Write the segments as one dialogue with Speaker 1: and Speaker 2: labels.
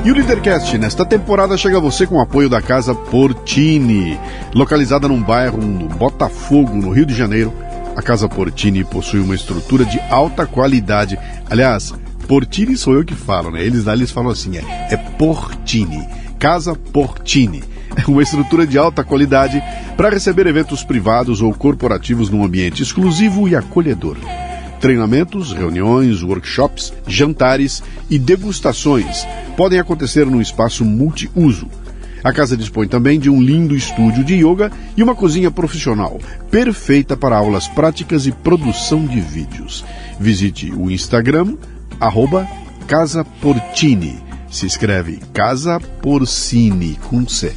Speaker 1: E o Leadercast, nesta temporada, chega a você com o apoio da Casa Portini. Localizada num bairro no Botafogo, no Rio de Janeiro, a Casa Portini possui uma estrutura de alta qualidade. Aliás, Portini sou eu que falo, né? Eles falam assim, é Portini, Casa Portini. É uma estrutura de alta qualidade para receber eventos privados ou corporativos num ambiente exclusivo e acolhedor. Treinamentos, reuniões, workshops, jantares e degustações podem acontecer num espaço multiuso. A casa dispõe também de um lindo estúdio de yoga e uma cozinha profissional, perfeita para aulas práticas e produção de vídeos. Visite o Instagram, @CasaPortini. Se escreve Casa Porcini com C.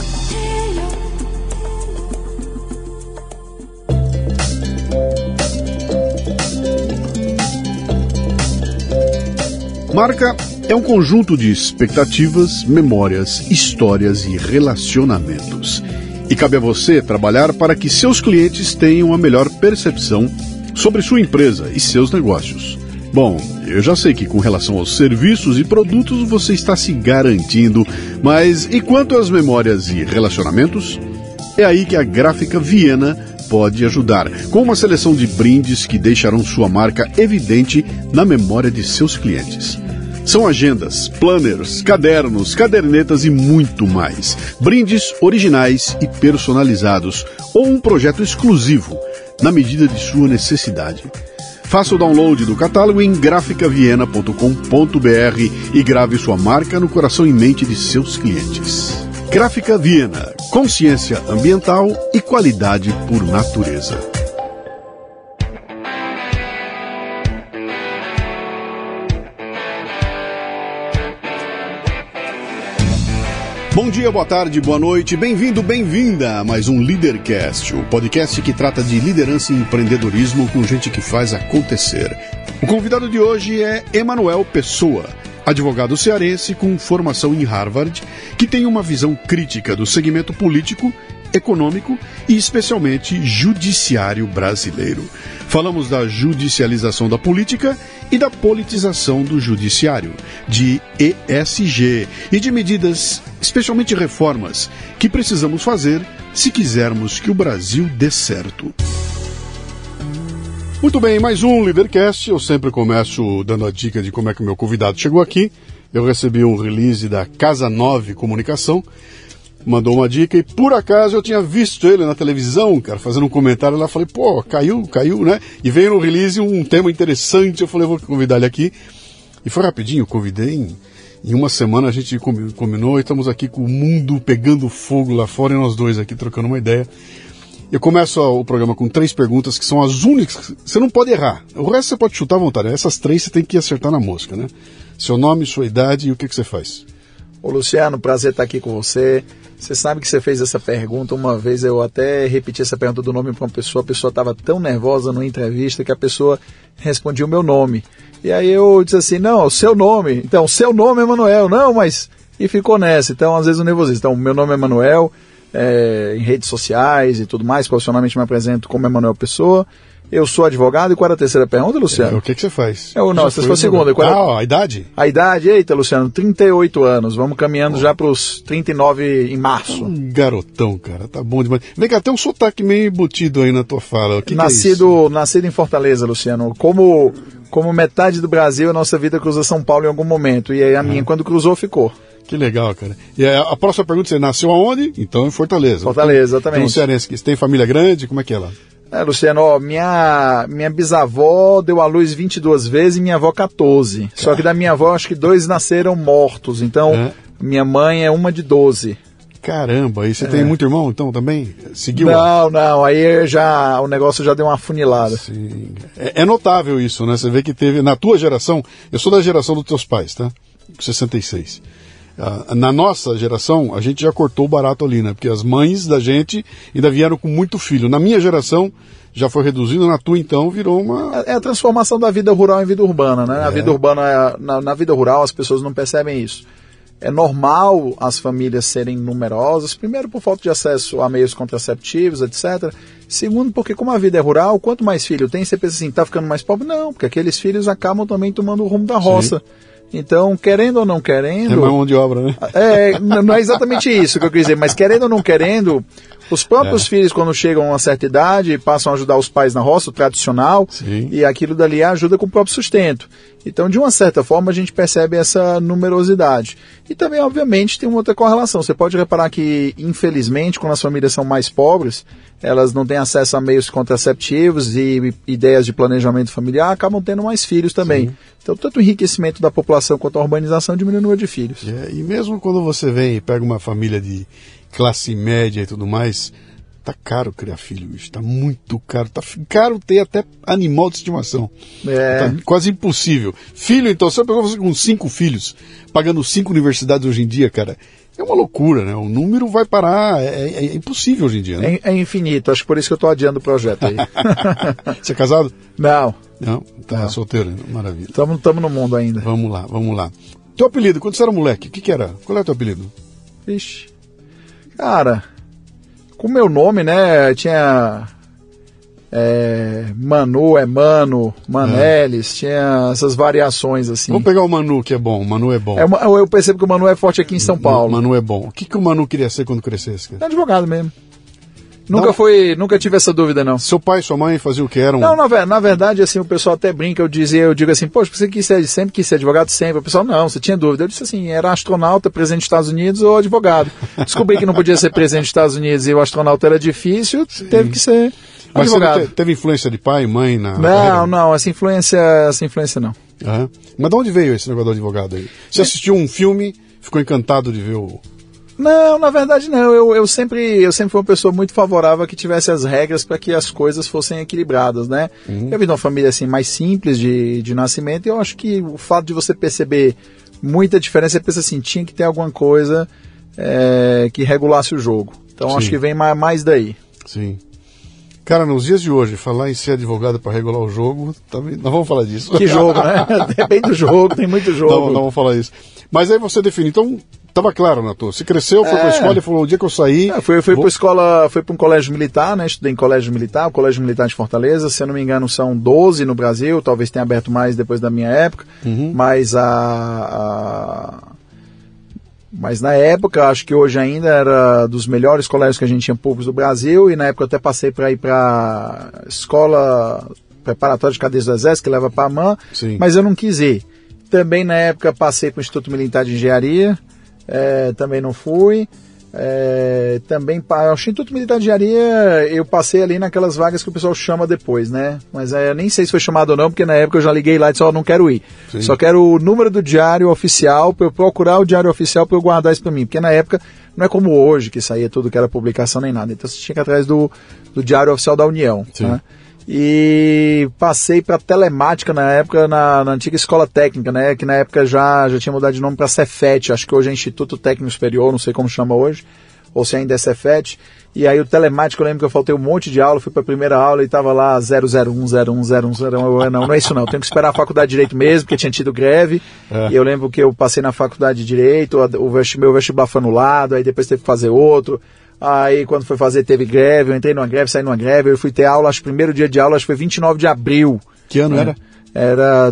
Speaker 1: Marca é um conjunto de expectativas, memórias, histórias e relacionamentos. E cabe a você trabalhar para que seus clientes tenham a melhor percepção sobre sua empresa e seus negócios. Bom, eu já sei que com relação aos serviços e produtos você está se garantindo, mas e quanto às memórias e relacionamentos? É aí que a Gráfica Viena pode ajudar, com uma seleção de brindes que deixarão sua marca evidente na memória de seus clientes. São agendas, planners, cadernos, cadernetas e muito mais. Brindes originais e personalizados ou um projeto exclusivo, na medida de sua necessidade. Faça o download do catálogo em graficaviena.com.br e grave sua marca no coração e mente de seus clientes. Gráfica Viena, consciência ambiental e qualidade por natureza. Bom dia, boa tarde, boa noite, bem-vindo, bem-vinda a mais um Leadercast, o podcast que trata de liderança e empreendedorismo com gente que faz acontecer. O convidado de hoje é Emanuel Pessoa, advogado cearense com formação em Harvard, que tem uma visão crítica do segmento político, econômico e especialmente judiciário brasileiro. Falamos da judicialização da política e da politização do judiciário, de ESG e de medidas, especialmente reformas, que precisamos fazer se quisermos que o Brasil dê certo. Muito bem, mais um Leadercast. Eu sempre começo dando a dica de como é que o meu convidado chegou aqui. Eu recebi um release da Casa 9 Comunicação, mandou uma dica e por acaso eu tinha visto ele na televisão, cara, fazendo um comentário lá, falei, pô, caiu, né? E veio no release um tema interessante, eu falei, vou convidar ele aqui. E foi rapidinho, eu convidei, em uma semana a gente combinou e estamos aqui com o mundo pegando fogo lá fora e nós dois aqui trocando uma ideia. Eu começo o programa com 3 perguntas que são as únicas, você não pode errar, o resto você pode chutar à vontade, essas 3 você tem que acertar na mosca, né? Seu nome, sua idade e o que você faz.
Speaker 2: Ô Luciano, prazer estar aqui com você. Você sabe que você fez essa pergunta uma vez, eu até repeti essa pergunta do nome para uma pessoa, a pessoa estava tão nervosa numa entrevista que a pessoa respondia o meu nome. E aí eu disse assim, não, o seu nome. Então, o seu nome é Emanuel. Não, mas... E ficou nessa. Então, às vezes, o nervosismo. Então, meu nome é Emanuel, em redes sociais e tudo mais, profissionalmente me apresento como Emanuel Pessoa. Eu sou advogado. E qual era a terceira pergunta, Luciano?
Speaker 1: O que você faz?
Speaker 2: Não, essa foi a segunda.
Speaker 1: A idade?
Speaker 2: A idade, eita, Luciano, 38 anos. Vamos caminhando já para os 39 em março.
Speaker 1: Um garotão, cara, tá bom demais. Vem cá, tem um sotaque meio embutido aí na tua fala. Que é isso?
Speaker 2: Nascido em Fortaleza, Luciano. Como metade do Brasil, a nossa vida cruza São Paulo em algum momento. E aí a minha, quando cruzou, ficou.
Speaker 1: Que legal, cara. E a próxima pergunta, você nasceu aonde? Então, em Fortaleza.
Speaker 2: Fortaleza, exatamente.
Speaker 1: Então, cearense, você tem família grande? Como é que é lá?
Speaker 2: Luciano, minha bisavó deu à luz 22 vezes e minha avó 14. Só que da minha avó, acho que 2 nasceram mortos. Então, minha mãe é uma de 12.
Speaker 1: Caramba, e você tem muito irmão, então, também? Seguiu?
Speaker 2: Não, aí o negócio já deu uma funilada.
Speaker 1: Sim. É notável isso, né? Você vê que teve, na tua geração, eu sou da geração dos teus pais, tá? 66. Na nossa geração, a gente já cortou o barato ali, né? Porque as mães da gente ainda vieram com muito filho. Na minha geração, já foi reduzindo, na tua, então, virou uma...
Speaker 2: É a transformação da vida rural em vida urbana, né? Na vida urbana, na vida rural, as pessoas não percebem isso. É normal as famílias serem numerosas, primeiro por falta de acesso a meios contraceptivos, etc. Segundo, porque como a vida é rural, quanto mais filho tem, você pensa assim, tá ficando mais pobre? Não, porque aqueles filhos acabam também tomando o rumo da roça. Então, querendo ou não querendo...
Speaker 1: É mais mão de obra, né?
Speaker 2: Não é exatamente isso que eu quis dizer, mas querendo ou não querendo, os próprios filhos, quando chegam a uma certa idade, passam a ajudar os pais na roça, o tradicional,
Speaker 1: Sim.
Speaker 2: E aquilo dali ajuda com o próprio sustento. Então, de uma certa forma, a gente percebe essa numerosidade. E também, obviamente, tem uma outra correlação. Você pode reparar que, infelizmente, quando as famílias são mais pobres, elas não têm acesso a meios contraceptivos e ideias de planejamento familiar, acabam tendo mais filhos também. Sim. Então, tanto o enriquecimento da população quanto a urbanização diminui o número de filhos.
Speaker 1: E mesmo quando você vem e pega uma família de classe média e tudo mais, tá caro criar filho, bicho. Tá muito caro. Tá caro ter até animal de estimação. Tá quase impossível. Filho, então, se eu pegar você com 5 filhos, pagando 5 universidades hoje em dia, cara, é uma loucura, né? O número vai parar, é impossível hoje em dia, né?
Speaker 2: É infinito, acho que por isso que eu tô adiando o projeto aí.
Speaker 1: Você é casado?
Speaker 2: Não.
Speaker 1: Não? Tá solteiro, maravilha.
Speaker 2: Estamos no mundo ainda.
Speaker 1: Vamos lá. Teu apelido, quando você era moleque, o que era? Qual era o teu apelido?
Speaker 2: Vixe. Cara, com o meu nome, né, tinha Manu, Mano, Manelis, tinha essas variações assim.
Speaker 1: Vamos pegar o Manu, que é bom. O Manu é bom.
Speaker 2: Eu percebo que o Manu é forte aqui em São Paulo.
Speaker 1: O Manu é bom. O que o Manu queria ser quando crescesse, cara?
Speaker 2: Advogado mesmo. Nunca tive essa dúvida, não.
Speaker 1: Seu pai e sua mãe faziam o que eram?
Speaker 2: Não, na verdade, assim, o pessoal até brinca, eu digo assim, poxa, você sempre quis ser advogado sempre? O pessoal, não, você tinha dúvida. Eu disse assim, era astronauta, presidente dos Estados Unidos ou advogado. Descobri que não podia ser presidente dos Estados Unidos e o astronauta era difícil, teve que ser advogado.
Speaker 1: Mas você teve influência de pai e mãe na
Speaker 2: carreira? Não, essa influência não.
Speaker 1: Uhum. Mas de onde veio esse negócio do advogado aí? Você assistiu um filme, ficou encantado de ver o...
Speaker 2: Não, na verdade não. Eu sempre fui uma pessoa muito favorável a que tivesse as regras para que as coisas fossem equilibradas, né? Eu vim de uma família assim mais simples de nascimento e eu acho que o fato de você perceber muita diferença, você pensa assim, tinha que ter alguma coisa que regulasse o jogo. Então acho que vem mais daí.
Speaker 1: Sim. Cara, nos dias de hoje, falar em ser advogado para regular o jogo, nós vamos falar disso.
Speaker 2: Que jogo, né? Depende do jogo, tem muito jogo.
Speaker 1: Não vamos falar isso. Mas aí você define, então... Tava claro, Nato. Você cresceu, foi para a escola e falou, o dia que eu saí...
Speaker 2: Fui para escola, fui para um colégio militar, né? Estudei em colégio militar, o Colégio Militar de Fortaleza. Se eu não me engano, são 12 no Brasil, talvez tenha aberto mais depois da minha época. Mas mas na época, acho que hoje ainda era dos melhores colégios que a gente tinha públicos do Brasil, e na época eu até passei para ir para escola preparatória de cadeias do Exército, que leva para a AMAN, mas eu não quis ir. Também na época passei para o Instituto Militar de Engenharia, também não fui. Também o Instituto Militar de Engenharia eu passei ali naquelas vagas que o pessoal chama depois, né? Mas nem sei se foi chamado ou não, porque na época eu já liguei lá e disse, não quero ir. Sim. Só quero o número do diário oficial, para eu procurar o diário oficial para eu guardar isso para mim, porque na época não é como hoje, que saía tudo que era publicação nem nada, então você tinha que ir atrás do diário oficial da União, né? E passei para telemática na época, na antiga escola técnica, né? Que na época já tinha mudado de nome para Cefet, acho que hoje é Instituto Técnico Superior, não sei como chama hoje, ou se ainda é Cefet. E aí o telemático, eu lembro que eu faltei um monte de aula, fui para a primeira aula e estava lá 001. Não é isso não, tenho que esperar a faculdade de Direito mesmo, porque tinha tido greve. E eu lembro que eu passei na faculdade de Direito, meu vestibular foi anulado, aí depois teve que fazer outro. Aí quando foi fazer teve greve, eu entrei numa greve, saí numa greve, eu fui ter aula, acho que o primeiro dia de aula, acho que foi 29 de abril.
Speaker 1: Que ano era?
Speaker 2: Era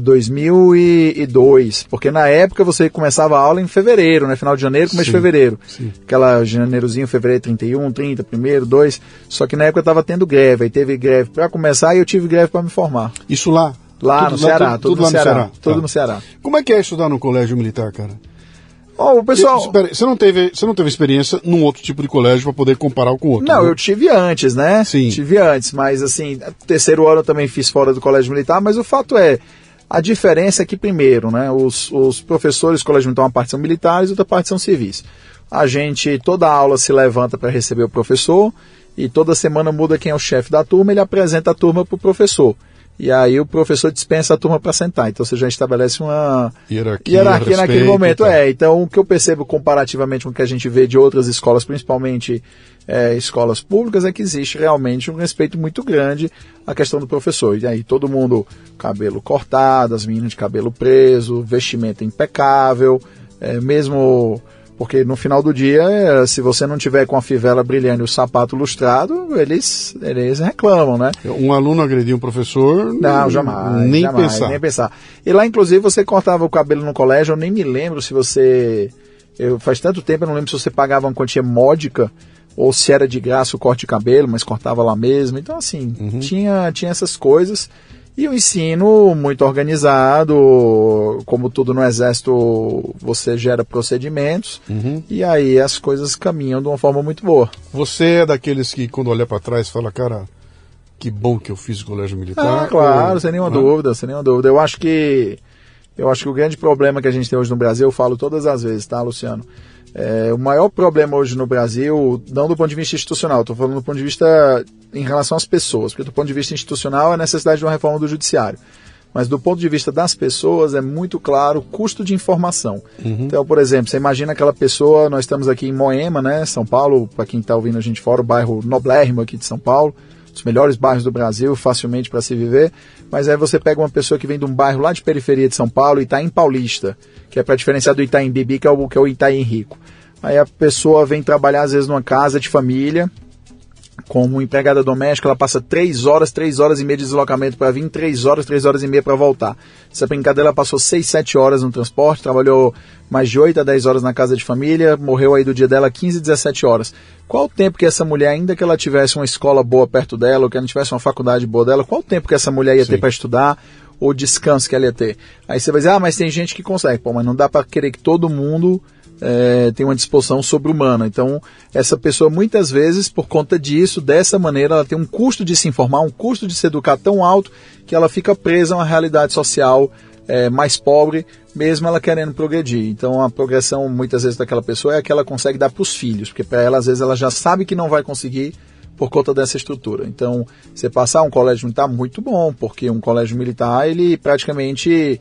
Speaker 2: 2002, porque na época você começava a aula em fevereiro, né? Final de janeiro, começo de fevereiro. Aquela janeiro, fevereiro 31, 30, 1º, 2, só que na época estava tendo greve, aí teve greve para começar e eu tive greve para me formar.
Speaker 1: Isso lá?
Speaker 2: Lá no Ceará, tudo no Ceará. Tudo no Ceará.
Speaker 1: Como é que é estudar no colégio militar, cara?
Speaker 2: O pessoal...
Speaker 1: Você não teve experiência num outro tipo de colégio para poder comparar com o outro?
Speaker 2: Não, eu tive antes, né?
Speaker 1: Sim.
Speaker 2: Tive antes, mas assim, terceiro ano eu também fiz fora do colégio militar, mas o fato a diferença é que primeiro, né, os professores do colégio militar, uma parte são militares e outra parte são civis. Toda aula se levanta para receber o professor e toda semana muda quem é o chefe da turma, ele apresenta a turma para o professor. E aí o professor dispensa a turma para sentar. Então você já estabelece uma hierarquia naquele momento. Então o que eu percebo comparativamente com o que a gente vê de outras escolas, principalmente escolas públicas, é que existe realmente um respeito muito grande à questão do professor. E aí todo mundo, cabelo cortado, as meninas de cabelo preso, vestimenta impecável, mesmo Porque no final do dia, se você não tiver com a fivela brilhando e o sapato lustrado, eles reclamam, né?
Speaker 1: Um aluno agredir um professor?
Speaker 2: Não, jamais.
Speaker 1: Nem
Speaker 2: jamais, nem pensar. E lá, inclusive, você cortava o cabelo no colégio, eu nem me lembro se você... faz tanto tempo, eu não lembro se você pagava uma quantia módica ou se era de graça o corte de cabelo, mas cortava lá mesmo. Então, assim, tinha essas coisas. E o ensino muito organizado, como tudo no Exército, você gera procedimentos, e aí as coisas caminham de uma forma muito boa.
Speaker 1: Você é daqueles que, quando olha para trás, fala, cara, que bom que eu fiz o colégio militar?
Speaker 2: Claro, sem nenhuma dúvida, sem nenhuma dúvida. Eu acho que o grande problema que a gente tem hoje no Brasil, eu falo todas as vezes, tá, Luciano? O maior problema hoje no Brasil, não do ponto de vista institucional, estou falando do ponto de vista em relação às pessoas, porque do ponto de vista institucional é a necessidade de uma reforma do judiciário. Mas do ponto de vista das pessoas é muito claro o custo de informação. Então, por exemplo, você imagina aquela pessoa, nós estamos aqui em Moema, né, São Paulo, para quem está ouvindo a gente fora, o bairro noblérrimo aqui de São Paulo, dos melhores bairros do Brasil, facilmente para se viver, mas aí você pega uma pessoa que vem de um bairro lá de periferia de São Paulo, Itaim Paulista, que é para diferenciar do Itaim Bibi, que é o Itaim Rico. Aí a pessoa vem trabalhar às vezes numa casa de família, como empregada doméstica, ela passa 3 horas e meia de deslocamento para vir, 3 horas e meia para voltar. Essa brincadeira, ela passou 6, 7 horas no transporte, trabalhou mais de 8 a 10 horas na casa de família, morreu aí do dia dela 15, 17 horas. Qual o tempo que essa mulher, ainda que ela tivesse uma escola boa perto dela, ou que ela tivesse uma faculdade boa dela, qual o tempo que essa mulher ia ter para estudar, ou descanso que ela ia ter? Aí você vai dizer, mas tem gente que consegue. Pô, mas não dá para querer que todo mundo tem uma disposição sobre-humana. Então, essa pessoa, muitas vezes, por conta disso, dessa maneira, ela tem um custo de se informar, um custo de se educar tão alto, que ela fica presa a uma realidade social mais pobre, mesmo ela querendo progredir. Então, a progressão, muitas vezes, daquela pessoa é a que ela consegue dar para os filhos, porque para ela, às vezes, ela já sabe que não vai conseguir por conta dessa estrutura. Então, você passar um colégio militar, muito bom, porque um colégio militar, ele praticamente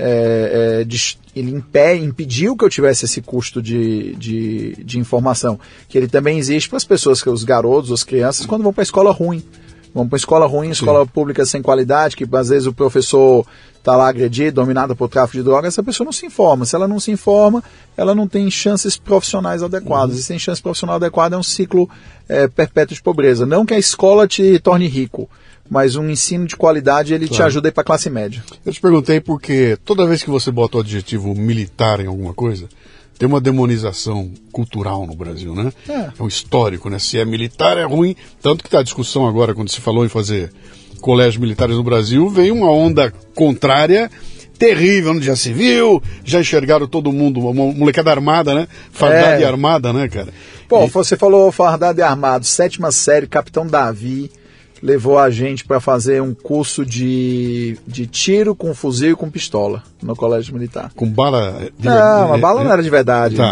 Speaker 2: ele impediu que eu tivesse esse custo de informação, que ele também existe para as pessoas, que os garotos, as crianças, quando vão para a escola ruim. Vão para escola ruim, escola pública sem qualidade, que às vezes o professor está lá agredido, dominado por tráfico de drogas, essa pessoa não se informa. Se ela não se informa, ela não tem chances profissionais adequadas. E sem chance profissional adequada é um ciclo perpétuo de pobreza. Não que a escola te torne rico, mas um ensino de qualidade, ele te ajuda a ir para a classe média.
Speaker 1: Eu te perguntei porque toda vez que você bota o adjetivo militar em alguma coisa, tem uma demonização cultural no Brasil, né? É um histórico, né? Se é militar é ruim, tanto que está a discussão agora, quando se falou em fazer colégios militares no Brasil, veio uma onda contrária terrível, onde já se viu, já enxergaram todo mundo, uma molecada armada, né? Fardada e armada, né, cara?
Speaker 2: Pô, você falou fardado e armado, 7ª série, Capitão Davi levou a gente para fazer um curso de tiro com fuzil e com pistola no colégio militar.
Speaker 1: Com bala?
Speaker 2: Não, a bala não era de verdade. Tá.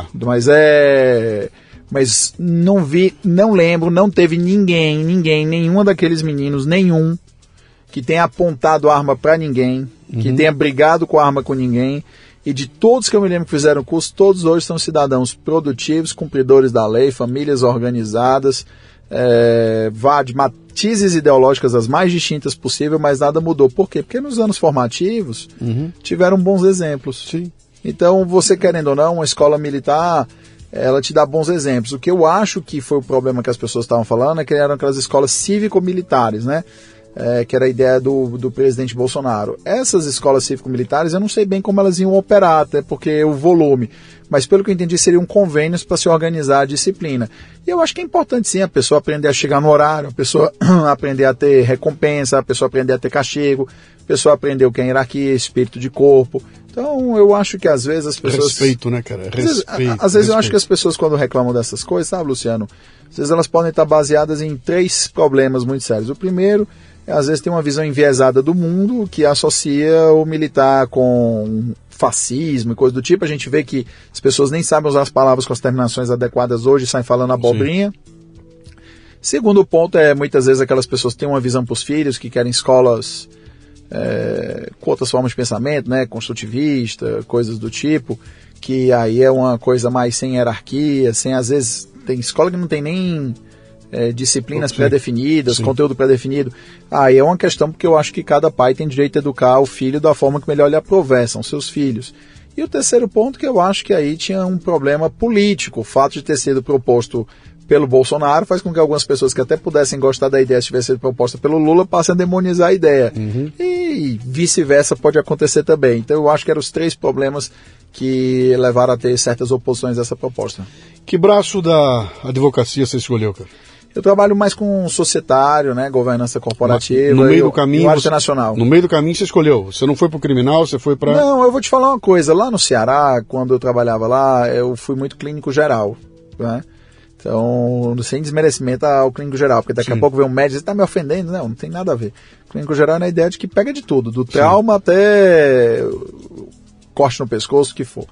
Speaker 2: Mas não vi, não lembro, não teve nenhuma daqueles meninos, nenhum, que tenha apontado arma para ninguém, que tenha brigado com arma com ninguém. E de todos que eu me lembro que fizeram o curso, todos hoje são cidadãos produtivos, cumpridores da lei, famílias organizadas, de matizes ideológicas as mais distintas possível, mas nada mudou. Por quê? Porque nos anos formativos tiveram bons exemplos.
Speaker 1: Sim.
Speaker 2: Então, você querendo ou não, uma escola militar, ela te dá bons exemplos. O que eu acho que foi o problema que as pessoas estavam falando é que eram aquelas escolas cívico-militares, né? Que era a ideia do presidente Bolsonaro. Essas escolas cívico-militares, eu não sei bem como elas iam operar, até porque o volume, mas pelo que eu entendi, seriam convênios para se organizar a disciplina. E eu acho que é importante sim a pessoa aprender a chegar no horário, a pessoa aprender a ter recompensa, a pessoa aprender a ter castigo, a pessoa aprender o que é hierarquia, espírito de corpo. Então, eu acho que às vezes as pessoas...
Speaker 1: Respeito, né, cara?
Speaker 2: Às vezes eu acho que as pessoas, quando reclamam dessas coisas, sabe, Luciano? Às vezes elas podem estar baseadas em 3 problemas muito sérios. O primeiro, às vezes tem uma visão enviesada do mundo que associa o militar com fascismo e coisa do tipo. A gente vê que as pessoas nem sabem usar as palavras com as terminações adequadas hoje, saem falando abobrinha. Sim. Segundo ponto muitas vezes aquelas pessoas têm uma visão para os filhos que querem escolas com outras formas de pensamento, né, construtivista, coisas do tipo, que aí é uma coisa mais sem hierarquia, às vezes tem escola que não tem nem disciplinas pré-definidas, conteúdo pré-definido. Aí é uma questão porque eu acho que cada pai tem direito a educar o filho da forma que melhor lhe aprover, são seus filhos. E o terceiro ponto, que eu acho que aí tinha um problema político. O fato de ter sido proposto pelo Bolsonaro faz com que algumas pessoas que até pudessem gostar da ideia, se tivesse sido proposta pelo Lula, passem a demonizar a ideia. E vice-versa pode acontecer também. Então eu acho que eram os 3 problemas que levaram a ter certas oposições a essa proposta.
Speaker 1: Que braço da advocacia você escolheu, cara?
Speaker 2: Eu trabalho mais com societário, né, governança corporativa,
Speaker 1: no meio do caminho,
Speaker 2: internacional.
Speaker 1: No meio do caminho você escolheu? Você não foi para o criminal, você foi para...
Speaker 2: Não, eu vou te falar uma coisa. Lá no Ceará, quando eu trabalhava lá, eu fui muito clínico geral, né? Então, sem desmerecimento ao clínico geral, porque daqui a pouco vem um médico e diz, tá me ofendendo. Não tem nada a ver. Clínico geral é na ideia de que pega de tudo, do trauma até corte no pescoço, o que for.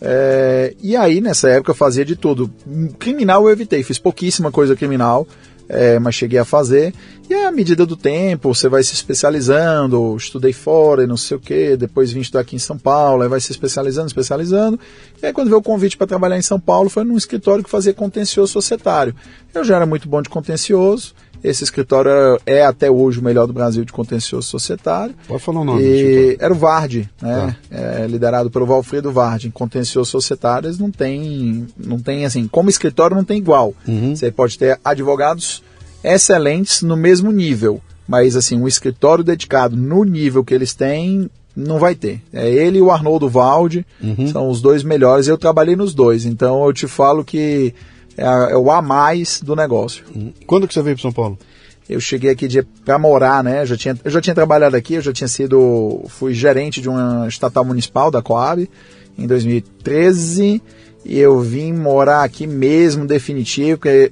Speaker 2: E aí, nessa época, eu fazia de tudo. Criminal eu evitei, fiz pouquíssima coisa criminal, mas cheguei a fazer. E aí, à medida do tempo, você vai se especializando, estudei fora e não sei o quê, depois vim estudar aqui em São Paulo, aí vai se especializando. E aí, quando veio o convite para trabalhar em São Paulo, foi num escritório que fazia contencioso societário. Eu já era muito bom de contencioso. Esse escritório é até hoje o melhor do Brasil de contencioso societário.
Speaker 1: Pode falar o nome.
Speaker 2: E era o Vard, né? Tá. Liderado pelo Valfredo Vard. Em contencioso societário não tem assim, como escritório não tem igual. Você pode ter advogados excelentes no mesmo nível, mas assim, um escritório dedicado no nível que eles têm, não vai ter. Ele e o Arnoldo Valdi são os 2 melhores. Eu trabalhei nos 2, então eu te falo que é o a mais do negócio.
Speaker 1: Quando que você veio para São Paulo?
Speaker 2: Eu cheguei aqui para morar, né? Eu já tinha trabalhado aqui, fui gerente de uma estatal municipal da Coab em 2013 e eu vim morar aqui mesmo, definitivo, porque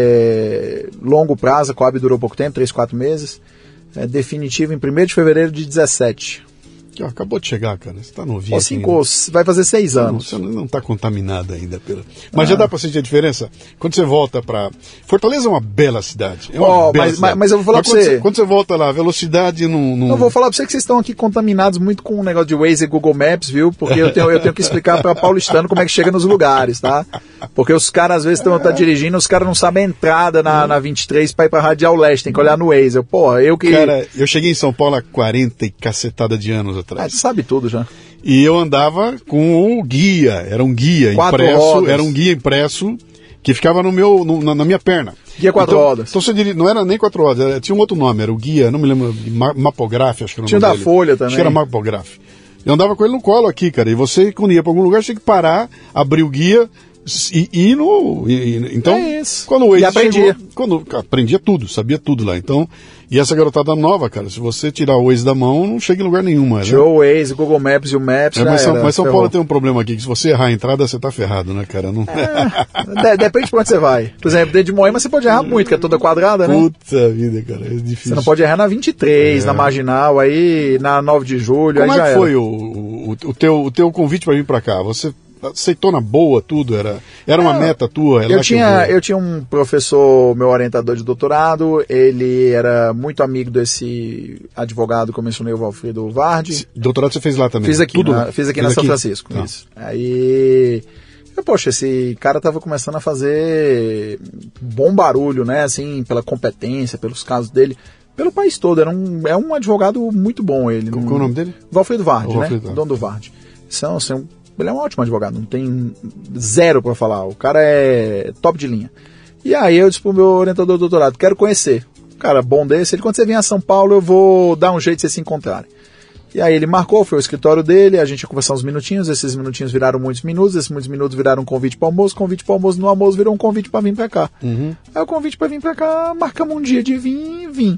Speaker 2: longo prazo, a Coab durou pouco tempo, 3, 4 meses, definitivo em 1º de fevereiro de 17.
Speaker 1: Acabou de chegar, cara. Você está novinho.
Speaker 2: Vai fazer 6 anos.
Speaker 1: Você não está contaminado ainda. Mas já dá para sentir a diferença? Quando você volta para... Fortaleza é uma bela cidade.
Speaker 2: Mas eu vou falar para você...
Speaker 1: Quando você volta lá, a velocidade não...
Speaker 2: Eu vou falar para você que vocês estão aqui contaminados muito com o negócio de Waze e Google Maps, viu? Porque eu tenho que explicar para paulistano como é que chega nos lugares, tá? Porque os caras às vezes estão dirigindo, os caras não sabem a entrada na 23 para ir para Radial Leste, tem que olhar no Waze.
Speaker 1: Cara, eu cheguei em São Paulo há 40 e cacetada de anos atrás.
Speaker 2: Você sabe tudo já.
Speaker 1: E eu andava com o guia, era um guia impresso que ficava na minha perna.
Speaker 2: Guia 4 rodas.
Speaker 1: Então você diria, não era nem 4 rodas, tinha um outro nome, era o guia, não me lembro, Mapográfico, acho que era o nome dele.
Speaker 2: Tinha da Folha também.
Speaker 1: Acho que era Mapográfico. Eu andava com ele no colo aqui, cara, e você, quando ia para algum lugar, tinha que parar, abrir o guia então, quando o Waze
Speaker 2: aprendia.
Speaker 1: Aprendia tudo, sabia tudo lá. Então, e essa garotada nova, cara, se você tirar o Waze da mão, não chega em lugar nenhum.
Speaker 2: Tirou o Waze, Google Maps e o Maps.
Speaker 1: Mas São Paulo tem um problema aqui, que se você errar a entrada, você tá ferrado, né, cara?
Speaker 2: Depende de pra onde você vai. Por exemplo, dentro de Moema você pode errar muito, que é toda quadrada, né?
Speaker 1: Puta vida, cara, é difícil.
Speaker 2: Você não pode errar na 23, na Marginal, aí na 9 de julho.
Speaker 1: Como é que foi o teu convite para vir para cá? Você aceitou na boa tudo? Era uma meta tua?
Speaker 2: Eu tinha um professor, meu orientador de doutorado, ele era muito amigo desse advogado que eu mencionei, o Valfredo Vard.
Speaker 1: Doutorado você fez lá também?
Speaker 2: Fiz aqui, fiz aqui na São Francisco. Ah. Isso. Aí, poxa, esse cara estava começando a fazer bom barulho, né? Assim, pela competência, pelos casos dele. Pelo país todo, é um advogado muito bom ele.
Speaker 1: Qual é o nome dele?
Speaker 2: Valfredo Vard, né? Dono do Vard. Ele é um ótimo advogado, não tem zero para falar. O cara é top de linha. E aí eu disse pro meu orientador do doutorado, quero conhecer. Um cara bom desse, quando você vier a São Paulo, eu vou dar um jeito de vocês se encontrarem. E aí ele marcou, foi ao escritório dele, a gente ia conversar uns minutinhos, esses minutinhos viraram muitos minutos, esses muitos minutos viraram um convite para almoço, no almoço virou um convite para vir para cá. Aí o convite para vir para cá, marcamos um dia de vir e vim.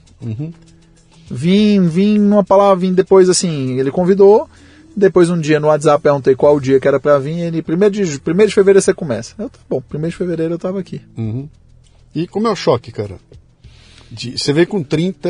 Speaker 2: Vim, numa palavra, vim depois assim, ele convidou. Depois um dia no WhatsApp perguntei qual o dia que era pra vir, ele, 1º de fevereiro você começa. Eu, tá bom, 1º de fevereiro eu tava aqui.
Speaker 1: E como é o choque, cara? Você veio com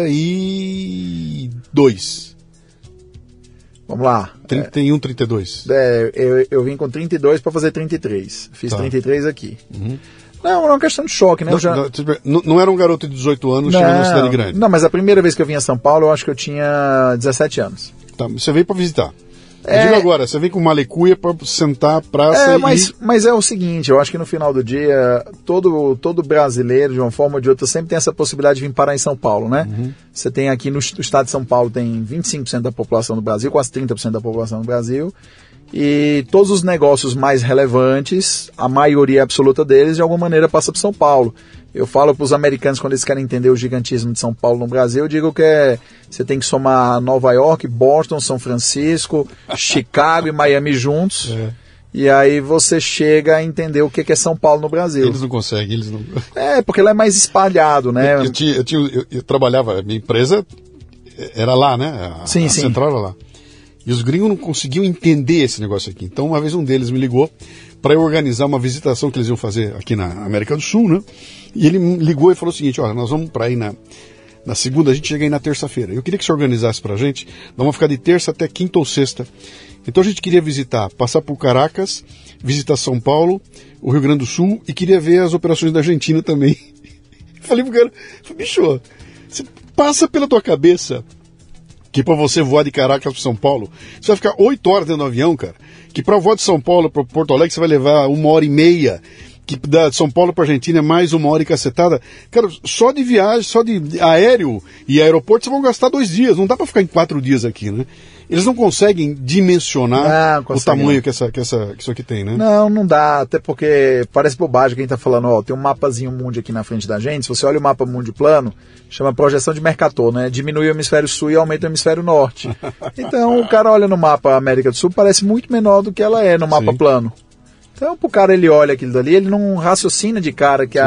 Speaker 1: 32.
Speaker 2: Vamos lá.
Speaker 1: 31, 32.
Speaker 2: Eu vim com 32 pra fazer 33. Fiz 33 aqui. Não, é uma questão de choque, né?
Speaker 1: Não era um garoto de 18 anos chegando na cidade grande.
Speaker 2: Não, mas a primeira vez que eu vim a São Paulo, eu acho que eu tinha 17 anos.
Speaker 1: Tá, você veio pra visitar. Diga agora, você vem com malecuia para sentar, praça
Speaker 2: mas é o seguinte, eu acho que no final do dia, todo brasileiro, de uma forma ou de outra, sempre tem essa possibilidade de vir parar em São Paulo, né? Você tem aqui no estado de São Paulo, tem 25% da população do Brasil, quase 30% da população do Brasil, e todos os negócios mais relevantes, a maioria absoluta deles, de alguma maneira passa por São Paulo. Eu falo para os americanos, quando eles querem entender o gigantismo de São Paulo no Brasil, eu digo que você tem que somar Nova York, Boston, São Francisco, Chicago e Miami juntos. E aí você chega a entender o que é São Paulo no Brasil.
Speaker 1: Eles não conseguem, eles não...
Speaker 2: porque ele é mais espalhado, né?
Speaker 1: Eu trabalhava, minha empresa era lá, né? A central era lá. E os gringos não conseguiam entender esse negócio aqui. Então, uma vez um deles me ligou para eu organizar uma visitação que eles iam fazer aqui na América do Sul, né? E ele me ligou e falou o seguinte: olha, nós vamos para aí na segunda, a gente chega aí na terça-feira. Eu queria que você organizasse para a gente, nós vamos ficar de terça até quinta ou sexta. Então a gente queria passar por Caracas, visitar São Paulo, o Rio Grande do Sul, e queria ver as operações da Argentina também. Falei pro cara, bicho, você passa pela tua cabeça que para você voar de Caracas para São Paulo, você vai ficar 8 horas dentro do avião, cara. Que para voar de São Paulo para Porto Alegre você vai levar 1h30. Que da São Paulo para Argentina é mais 1 hora e cacetada. Cara, só de viagem, só de aéreo e aeroporto, vocês vão gastar 2 dias. Não dá para ficar em 4 dias aqui, né? Eles não conseguem dimensionar o tamanho que isso aqui tem, né?
Speaker 2: Não dá, até porque parece bobagem quem tá falando, tem um mapazinho mundi aqui na frente da gente. Se você olha o mapa mundi plano, chama projeção de Mercator, né? Diminui o hemisfério sul e aumenta o hemisfério norte. Então o cara olha no mapa América do Sul, parece muito menor do que ela é no mapa plano. Então, pro cara, ele olha aquilo dali, ele não raciocina de cara que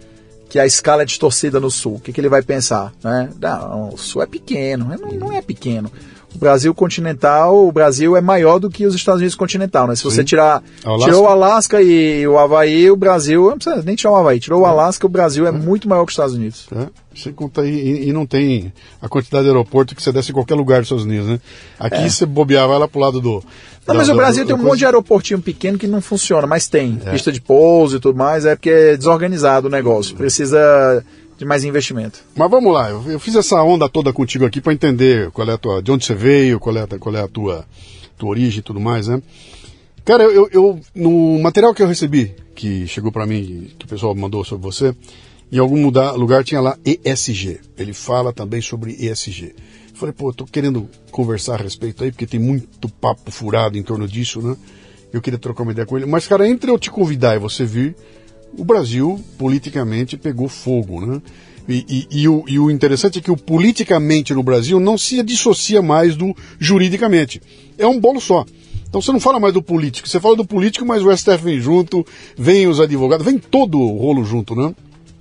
Speaker 2: a escala é distorcida no sul. O que ele vai pensar? Né? Não, o sul é pequeno. Não é pequeno. O Brasil continental, o Brasil é maior do que os Estados Unidos continental, né? Se você tirou o Alasca e o Havaí, o Brasil, não precisa nem tirar o Havaí, tirou o Alasca, o Brasil é muito maior que os Estados Unidos.
Speaker 1: Você conta aí, e não tem a quantidade de aeroporto que você desce em qualquer lugar dos Estados Unidos, né? Aqui você bobear, vai lá pro lado do...
Speaker 2: Não, mas o Brasil tem um monte de aeroportinho pequeno que não funciona, mas tem. Pista de pouso e tudo mais, porque é desorganizado o negócio, precisa de mais investimento.
Speaker 1: Mas vamos lá, eu fiz essa onda toda contigo aqui para entender qual é de onde você veio, qual é a tua origem e tudo mais, né? Cara, eu no material que eu recebi, que chegou para mim, que o pessoal mandou sobre você, em algum lugar tinha lá ESG. Ele fala também sobre ESG. Falei, tô querendo conversar a respeito aí, porque tem muito papo furado em torno disso, né? Eu queria trocar uma ideia com ele. Mas, cara, entre eu te convidar e você vir, o Brasil, politicamente, pegou fogo, né? E o interessante é que o politicamente no Brasil não se dissocia mais do juridicamente. É um bolo só. Então você não fala mais do político. Você fala do político, mas o STF vem junto, vem os advogados, vem todo o rolo junto, né?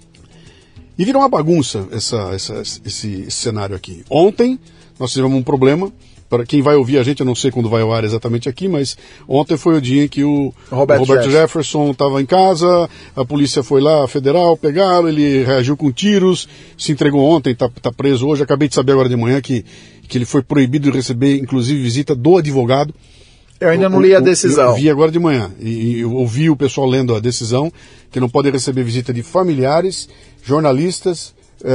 Speaker 1: E vira uma bagunça esse cenário aqui. Ontem nós tivemos um problema. Para quem vai ouvir a gente, eu não sei quando vai ao ar exatamente aqui, mas ontem foi o dia em que o Roberto Jefferson estava em casa, a polícia foi lá, a federal, pegaram, ele reagiu com tiros, se entregou ontem, está preso hoje. Acabei de saber agora de manhã que ele foi proibido de receber, inclusive, visita do advogado.
Speaker 2: Eu ainda não li a decisão.
Speaker 1: Eu vi agora de manhã, e eu ouvi o pessoal lendo a decisão, que não pode receber visita de familiares, jornalistas,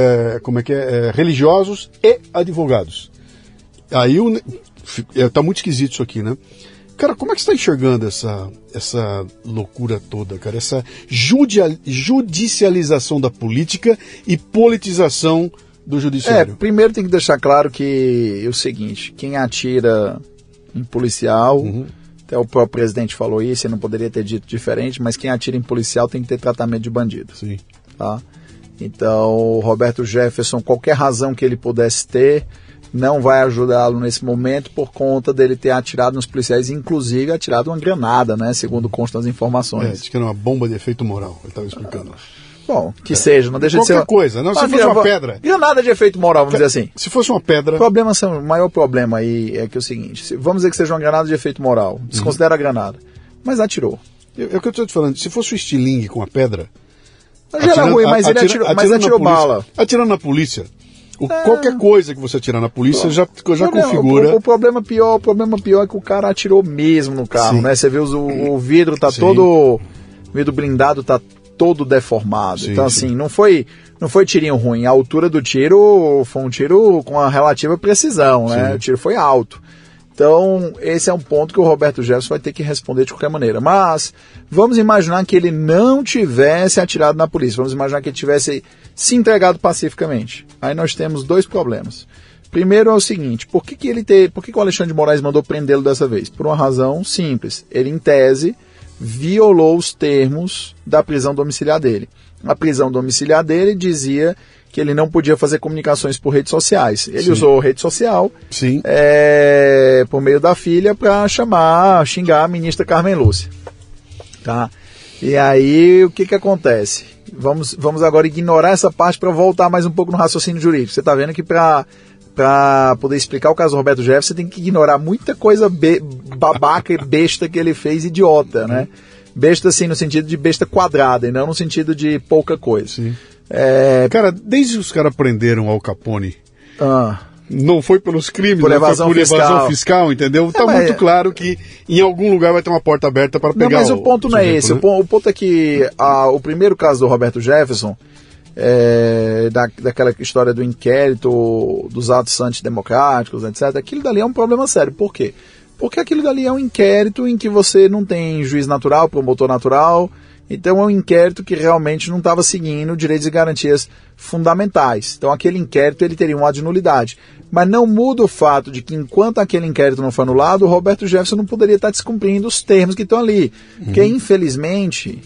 Speaker 1: religiosos e advogados. Aí tá muito esquisito isso aqui, né? Cara, como é que você está enxergando essa loucura toda, cara? Essa judicialização da política e politização do judiciário.
Speaker 2: Primeiro tem que deixar claro que é o seguinte, quem atira em policial, até o próprio presidente falou isso, ele não poderia ter dito diferente, mas quem atira em policial tem que ter tratamento de bandido.
Speaker 1: Sim.
Speaker 2: Tá? Então, o Roberto Jefferson, qualquer razão que ele pudesse ter, não vai ajudá-lo nesse momento por conta dele ter atirado nos policiais, inclusive atirado uma granada, né? Segundo constam as informações.
Speaker 1: Diz que era uma bomba de efeito moral, ele estava explicando.
Speaker 2: Bom, que seja, não deixa de ser...
Speaker 1: Qualquer coisa, não, se fosse uma pedra...
Speaker 2: Granada de efeito moral, vamos dizer assim.
Speaker 1: Se fosse uma pedra...
Speaker 2: O maior problema aí é que é o seguinte, vamos dizer que seja uma granada de efeito moral, desconsidera a granada, mas atirou.
Speaker 1: É o que eu estou te falando, se fosse o estilingue com a pedra...
Speaker 2: Já era ruim, mas ele atirou bala.
Speaker 1: Atirando na polícia... Qualquer coisa que você atirar na polícia já configura...
Speaker 2: O problema pior é que o cara atirou mesmo no carro, né? Você vê o vidro tá todo... O vidro blindado tá todo deformado. Sim, então, assim, não foi tirinho ruim. A altura do tiro foi um tiro com uma relativa precisão, né? Sim. O tiro foi alto. Então, esse é um ponto que o Roberto Jefferson vai ter que responder de qualquer maneira. Mas, vamos imaginar que ele não tivesse atirado na polícia. Vamos imaginar que ele tivesse se entregado pacificamente. Aí nós temos dois problemas. Primeiro é o seguinte, por que o Alexandre de Moraes mandou prendê-lo dessa vez? Por uma razão simples. Ele, em tese, violou os termos da prisão domiciliar dele. A prisão domiciliar dele dizia que ele não podia fazer comunicações por redes sociais. Ele usou rede social por meio da filha para xingar a ministra Carmen Lúcia. Tá? E aí, o que acontece? Vamos agora ignorar essa parte para voltar mais um pouco no raciocínio jurídico. Você está vendo que para poder explicar o caso do Roberto Jefferson, você tem que ignorar muita coisa babaca e besta que ele fez, idiota, né? Besta, assim, no sentido de besta quadrada, e não no sentido de pouca coisa.
Speaker 1: Sim. Cara, desde que os caras prenderam Al Capone, não foi pelos crimes,
Speaker 2: por evasão
Speaker 1: fiscal, entendeu? Tá muito claro que em algum lugar vai ter uma porta aberta para pegar.
Speaker 2: Não, mas o ponto não é esse. Né? O ponto é que o primeiro caso do Roberto Jefferson, daquela história do inquérito, dos atos antidemocráticos, etc., aquilo dali é um problema sério. Por quê? Porque aquilo dali é um inquérito em que você não tem juiz natural, promotor natural. Então é um inquérito que realmente não estava seguindo direitos e garantias fundamentais. Então aquele inquérito ele teria um ato de nulidade. Mas não muda o fato de que enquanto aquele inquérito não foi anulado, o Roberto Jefferson não poderia estar descumprindo os termos que estão ali. Porque infelizmente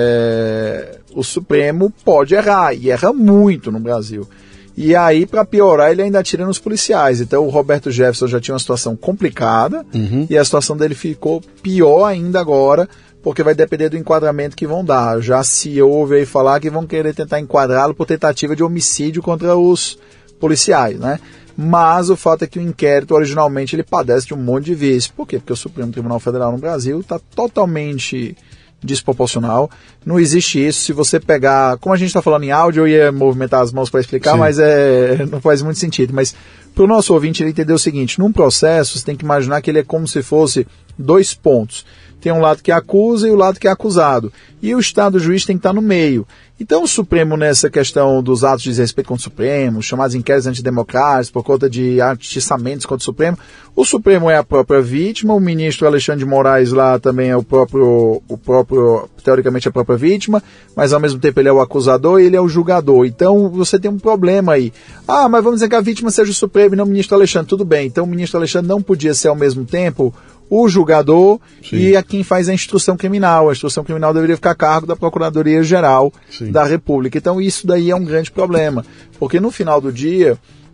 Speaker 2: o Supremo pode errar, e erra muito no Brasil. E aí, para piorar, ele ainda atira nos policiais. Então o Roberto Jefferson já tinha uma situação complicada, e a situação dele ficou pior ainda agora, porque vai depender do enquadramento que vão dar. Já se ouve aí falar que vão querer tentar enquadrá-lo por tentativa de homicídio contra os policiais, né? Mas o fato é que o inquérito, originalmente, ele padece de um monte de vício. Por quê? Porque o Supremo Tribunal Federal no Brasil está totalmente desproporcional. Não existe isso. Se você pegar... Como a gente está falando em áudio, eu ia movimentar as mãos para explicar, mas não faz muito sentido. Mas para o nosso ouvinte ele entender o seguinte, num processo você tem que imaginar que ele é como se fosse dois pontos. Tem um lado que acusa e o lado que é acusado. E o Estado juiz tem que estar no meio. Então o Supremo, nessa questão dos atos de desrespeito contra o Supremo, chamados inquéritos antidemocráticos, por conta de atiçamentos contra o Supremo é a própria vítima, o ministro Alexandre de Moraes lá também é o próprio, teoricamente a própria vítima, mas ao mesmo tempo ele é o acusador e ele é o julgador. Então você tem um problema aí. Mas vamos dizer que a vítima seja o Supremo e não o ministro Alexandre. Tudo bem, então o ministro Alexandre não podia ser ao mesmo tempo o julgador e a quem faz a instrução criminal. A instrução criminal deveria ficar a cargo da Procuradoria-Geral da República. Então isso daí é um grande problema, porque no final do dia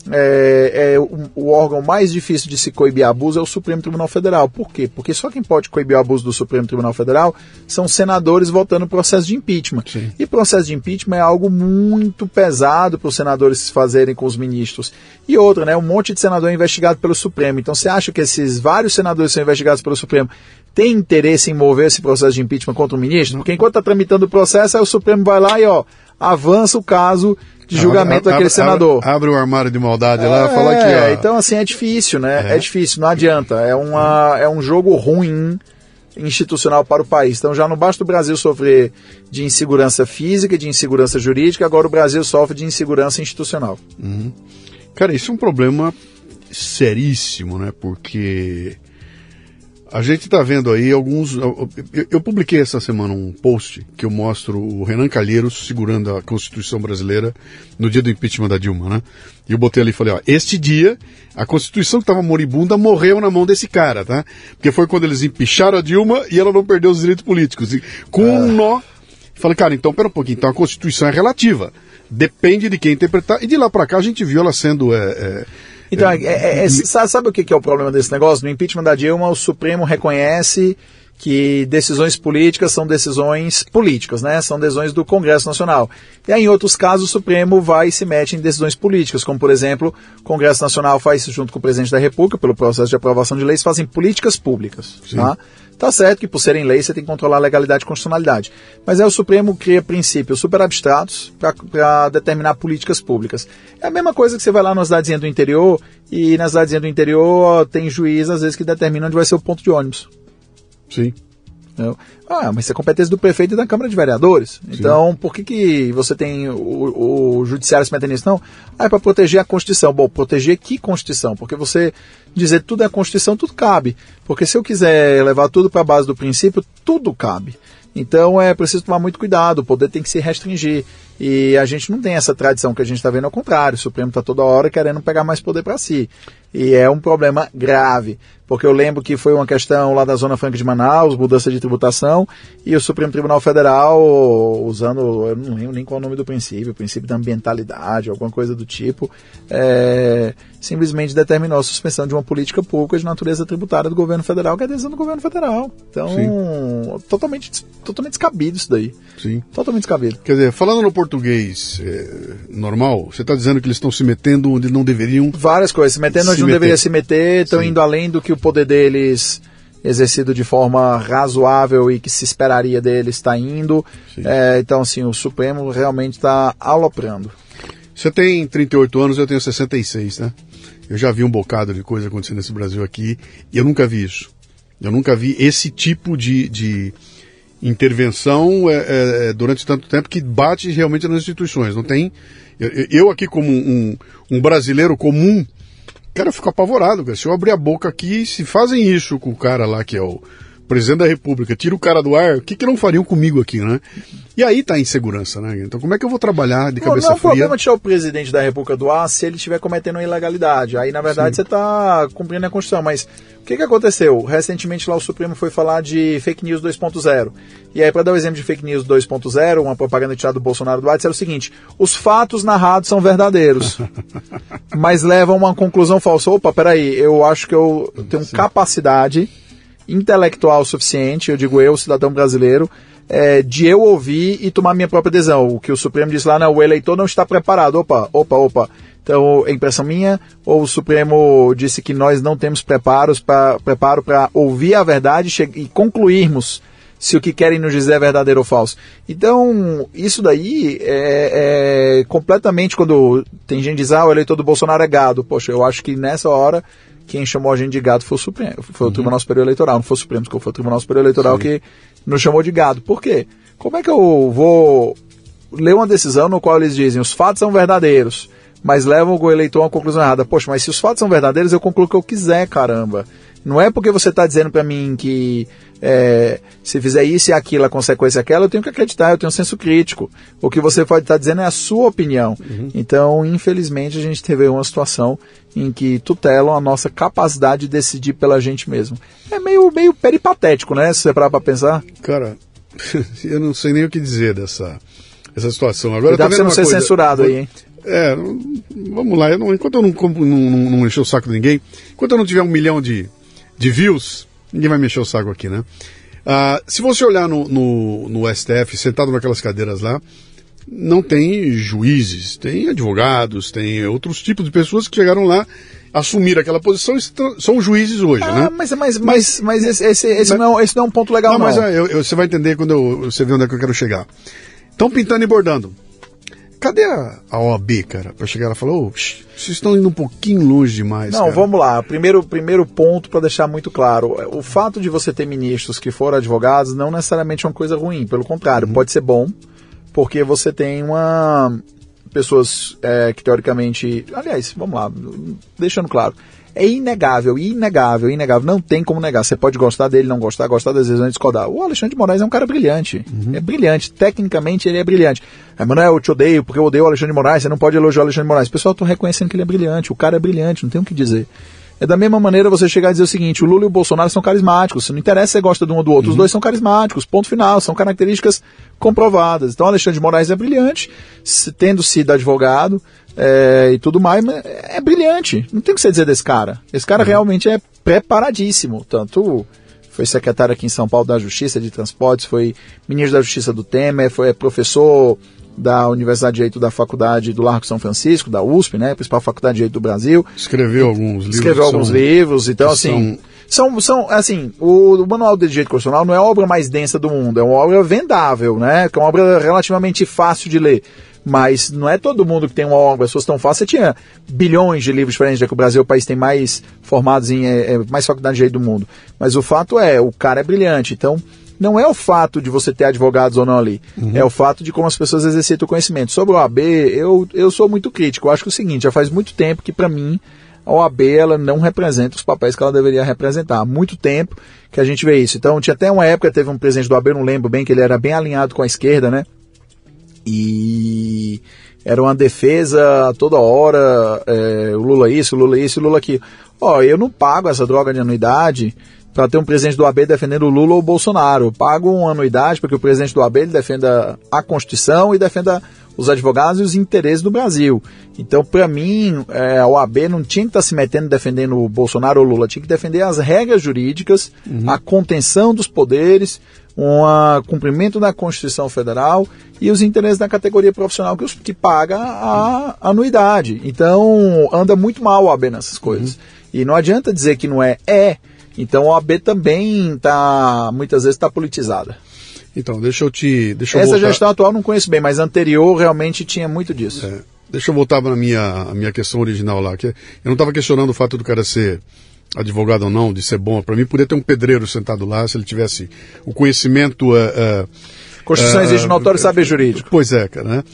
Speaker 2: o órgão mais difícil de se coibir abuso é o Supremo Tribunal Federal. Por quê? Porque só quem pode coibir o abuso do Supremo Tribunal Federal são senadores votando processo de impeachment. E processo de impeachment é algo muito pesado para os senadores fazerem com os ministros. E outra, né? Um monte de senador é investigado pelo Supremo. Então você acha que esses vários senadores que são investigados pelo Supremo têm interesse em mover esse processo de impeachment contra o ministro? Porque enquanto está tramitando o processo, aí o Supremo vai lá e avança o caso de julgamento daquele senador.
Speaker 1: Abre o armário de maldade lá, fala aqui,
Speaker 2: Então, assim, é difícil, né? É difícil, não adianta. É um jogo ruim institucional para o país. Então, já não basta o Brasil sofrer de insegurança física, de insegurança jurídica, agora o Brasil sofre de insegurança institucional.
Speaker 1: Cara, isso é um problema seríssimo, né? Porque a gente está vendo aí alguns... Eu publiquei essa semana um post que eu mostro o Renan Calheiros segurando a Constituição brasileira no dia do impeachment da Dilma, né? E eu botei ali e falei, este dia, a Constituição que estava moribunda morreu na mão desse cara, tá? Porque foi quando eles empicharam a Dilma e ela não perdeu os direitos políticos. E com um nó... Falei, cara, então pera um pouquinho, então a Constituição é relativa. Depende de quem interpretar. E de lá para cá a gente viu ela sendo...
Speaker 2: Então, sabe o que é o problema desse negócio? No impeachment da Dilma, o Supremo reconhece que decisões políticas são decisões políticas, né? São decisões do Congresso Nacional. E aí, em outros casos, o Supremo vai e se mete em decisões políticas, como, por exemplo, o Congresso Nacional faz isso junto com o Presidente da República, pelo processo de aprovação de leis, fazem políticas públicas, tá? Tá certo que por serem leis você tem que controlar a legalidade e constitucionalidade. Mas aí o Supremo cria princípios super abstratos para determinar políticas públicas. É a mesma coisa que você vai lá na cidadezinha do interior e na cidadezinha do interior tem juiz às vezes que determina onde vai ser o ponto de ônibus.
Speaker 1: Sim.
Speaker 2: Mas isso é competência do prefeito e da Câmara de Vereadores. Então, por que você tem o judiciário se metendo nisso? Não, é para proteger a Constituição. Bom, proteger que Constituição? Porque você dizer tudo é a Constituição, tudo cabe. Porque se eu quiser levar tudo para a base do princípio, tudo cabe. Então é preciso tomar muito cuidado, o poder tem que se restringir. E a gente não tem essa tradição que a gente está vendo, ao contrário. O Supremo está toda hora querendo pegar mais poder para si. E é um problema grave, porque eu lembro que foi uma questão lá da Zona Franca de Manaus, mudança de tributação, e o Supremo Tribunal Federal, usando, eu não lembro nem qual é o nome do princípio da ambientalidade, alguma coisa do tipo, simplesmente determinou a suspensão de uma política pública de natureza tributária do governo federal, que é decisão do governo federal. Então, totalmente descabido isso daí.
Speaker 1: Sim.
Speaker 2: Totalmente descabido.
Speaker 1: Quer dizer, falando no português normal, você está dizendo que eles estão se metendo onde não deveriam?
Speaker 2: Várias coisas, se metendo onde não deveria se meter, estão indo além do que o poder deles, exercido de forma razoável e que se esperaria deles, está indo. Então, assim, o Supremo realmente está aloprando.
Speaker 1: Você tem 38 anos, eu tenho 66, né? Eu já vi um bocado de coisa acontecendo nesse Brasil aqui e eu nunca vi isso. Eu nunca vi esse tipo de intervenção durante tanto tempo que bate realmente nas instituições. Não tem. Eu aqui como um brasileiro comum, cara, eu fico apavorado, cara. Se eu abrir a boca aqui, se fazem isso com o cara lá que é o presidente da República, tira o cara do ar, o que não fariam comigo aqui, né? E aí tá a insegurança, né? Então como é que eu vou trabalhar de cabeça fria?
Speaker 2: Não é um problema tirar o presidente da República do ar se ele estiver cometendo uma ilegalidade. Aí, na verdade, você está cumprindo a Constituição. Mas o que aconteceu? Recentemente lá o Supremo foi falar de fake news 2.0. E aí, para dar o exemplo de fake news 2.0, uma propaganda tirada do Bolsonaro do WhatsApp, era o seguinte: os fatos narrados são verdadeiros, mas levam a uma conclusão falsa. Opa, peraí, eu acho que eu tenho capacidade intelectual suficiente, eu digo eu, cidadão brasileiro, de eu ouvir e tomar minha própria decisão. O que o Supremo disse lá, o eleitor não está preparado. Opa. Então, é impressão minha, ou o Supremo disse que nós não temos preparo para ouvir a verdade e concluirmos se o que querem nos dizer é verdadeiro ou falso. Então, isso daí é completamente, quando tem gente que diz, o eleitor do Bolsonaro é gado. Poxa, eu acho que nessa hora quem chamou a gente de gado foi o Supremo, foi o Tribunal Superior Eleitoral, não foi o Supremo, foi o Tribunal Superior Eleitoral que nos chamou de gado. Por quê? Como é que eu vou ler uma decisão no qual eles dizem os fatos são verdadeiros, mas levam o eleitor a uma conclusão errada? Poxa, mas se os fatos são verdadeiros, eu concluo o que eu quiser, caramba. Não é porque você está dizendo para mim que se fizer isso e aquilo, a consequência é aquela, eu tenho que acreditar, eu tenho um senso crítico. O que você pode estar dizendo é a sua opinião. Então, infelizmente, a gente teve uma situação em que tutelam a nossa capacidade de decidir pela gente mesmo. É meio peripatético, né? Se você parar para pensar.
Speaker 1: Cara, eu não sei nem o que dizer dessa situação. Agora,
Speaker 2: dá para você não ser censurado aí, hein?
Speaker 1: Vamos lá. Enquanto eu não encher o saco de ninguém, enquanto eu não tiver 1 milhão de views, ninguém vai mexer o saco aqui, né? Se você olhar no STF, sentado naquelas cadeiras lá, não tem juízes, tem advogados, tem outros tipos de pessoas que chegaram lá, assumiram aquela posição e são juízes hoje, né?
Speaker 2: Mas esse não é um ponto legal, não.
Speaker 1: Mas você vai entender quando você vê onde é que eu quero chegar. Estão pintando e bordando. Cadê a OAB, cara, para chegar lá e falar, vocês estão indo um pouquinho longe demais,
Speaker 2: Não,
Speaker 1: cara.
Speaker 2: Vamos lá. Primeiro ponto para deixar muito claro. O fato de você ter ministros que foram advogados não necessariamente é uma coisa ruim. Pelo contrário, pode ser bom, porque você tem pessoas que teoricamente... Aliás, vamos lá, deixando claro. É inegável. Não tem como negar. Você pode gostar dele, não gostar das decisões, discordar. O Alexandre de Moraes é um cara brilhante. É brilhante. Tecnicamente, ele é brilhante. Manuel, eu te odeio porque eu odeio o Alexandre de Moraes. Você não pode elogiar o Alexandre de Moraes. Pessoal, eu tô reconhecendo que ele é brilhante. O cara é brilhante, não tem o que dizer. É da mesma maneira você chegar a dizer o seguinte: o Lula e o Bolsonaro são carismáticos. Não interessa se você gosta de um ou do outro. Os dois são carismáticos. Ponto final. São características comprovadas. Então, o Alexandre de Moraes é brilhante, tendo sido advogado e tudo mais, mas é brilhante. Não tem o que você dizer desse cara. Esse cara realmente é preparadíssimo. Tanto foi secretário aqui em São Paulo da Justiça de Transportes, foi ministro da Justiça do Temer, foi professor da Universidade de Direito da Faculdade do Largo São Francisco, da USP, né, principal faculdade de Direito do Brasil.
Speaker 1: Escreveu alguns
Speaker 2: livros. Então, assim, assim, o Manual de Direito Constitucional não é a obra mais densa do mundo, é uma obra vendável, né, que é uma obra relativamente fácil de ler. Mas não é todo mundo que tem uma obra, se fosse tão fácil, você tinha bilhões de livros diferentes, já que o Brasil é o país que tem mais formados em mais faculdade de direito do mundo. Mas o fato o cara é brilhante. Então, não é o fato de você ter advogados ou não ali, é o fato de como as pessoas exercitam o conhecimento. Sobre a OAB, eu sou muito crítico. Eu acho que é o seguinte, já faz muito tempo que, para mim, a OAB ela não representa os papéis que ela deveria representar. Há muito tempo que a gente vê isso. Então, tinha até uma época, teve um presidente do OAB, eu não lembro bem, que ele era bem alinhado com a esquerda, né? E era uma defesa toda hora, o Lula isso, o Lula isso, o Lula aquilo. Eu não pago essa droga de anuidade para ter um presidente do AB defendendo o Lula ou o Bolsonaro. Eu pago uma anuidade para que o presidente do AB ele defenda a Constituição e defenda os advogados e os interesses do Brasil. Então, para mim, a OAB não tinha que estar se metendo defendendo o Bolsonaro ou o Lula, tinha que defender as regras jurídicas, a contenção dos poderes, cumprimento da Constituição Federal e os interesses da categoria profissional que paga a anuidade. Então, anda muito mal a OAB nessas coisas. E não adianta dizer que não é. Então, a OAB também muitas vezes está politizada.
Speaker 1: Então, deixa eu
Speaker 2: Essa
Speaker 1: voltar.
Speaker 2: gestão atual não conheço bem, mas anterior realmente tinha muito disso.
Speaker 1: Deixa eu voltar para a minha questão original lá. Que eu não estava questionando o fato do cara ser advogado ou não, de ser bom. Para mim, poderia ter um pedreiro sentado lá, se ele tivesse o conhecimento...
Speaker 2: Constituição exige notório saber jurídico.
Speaker 1: Pois é, cara, né?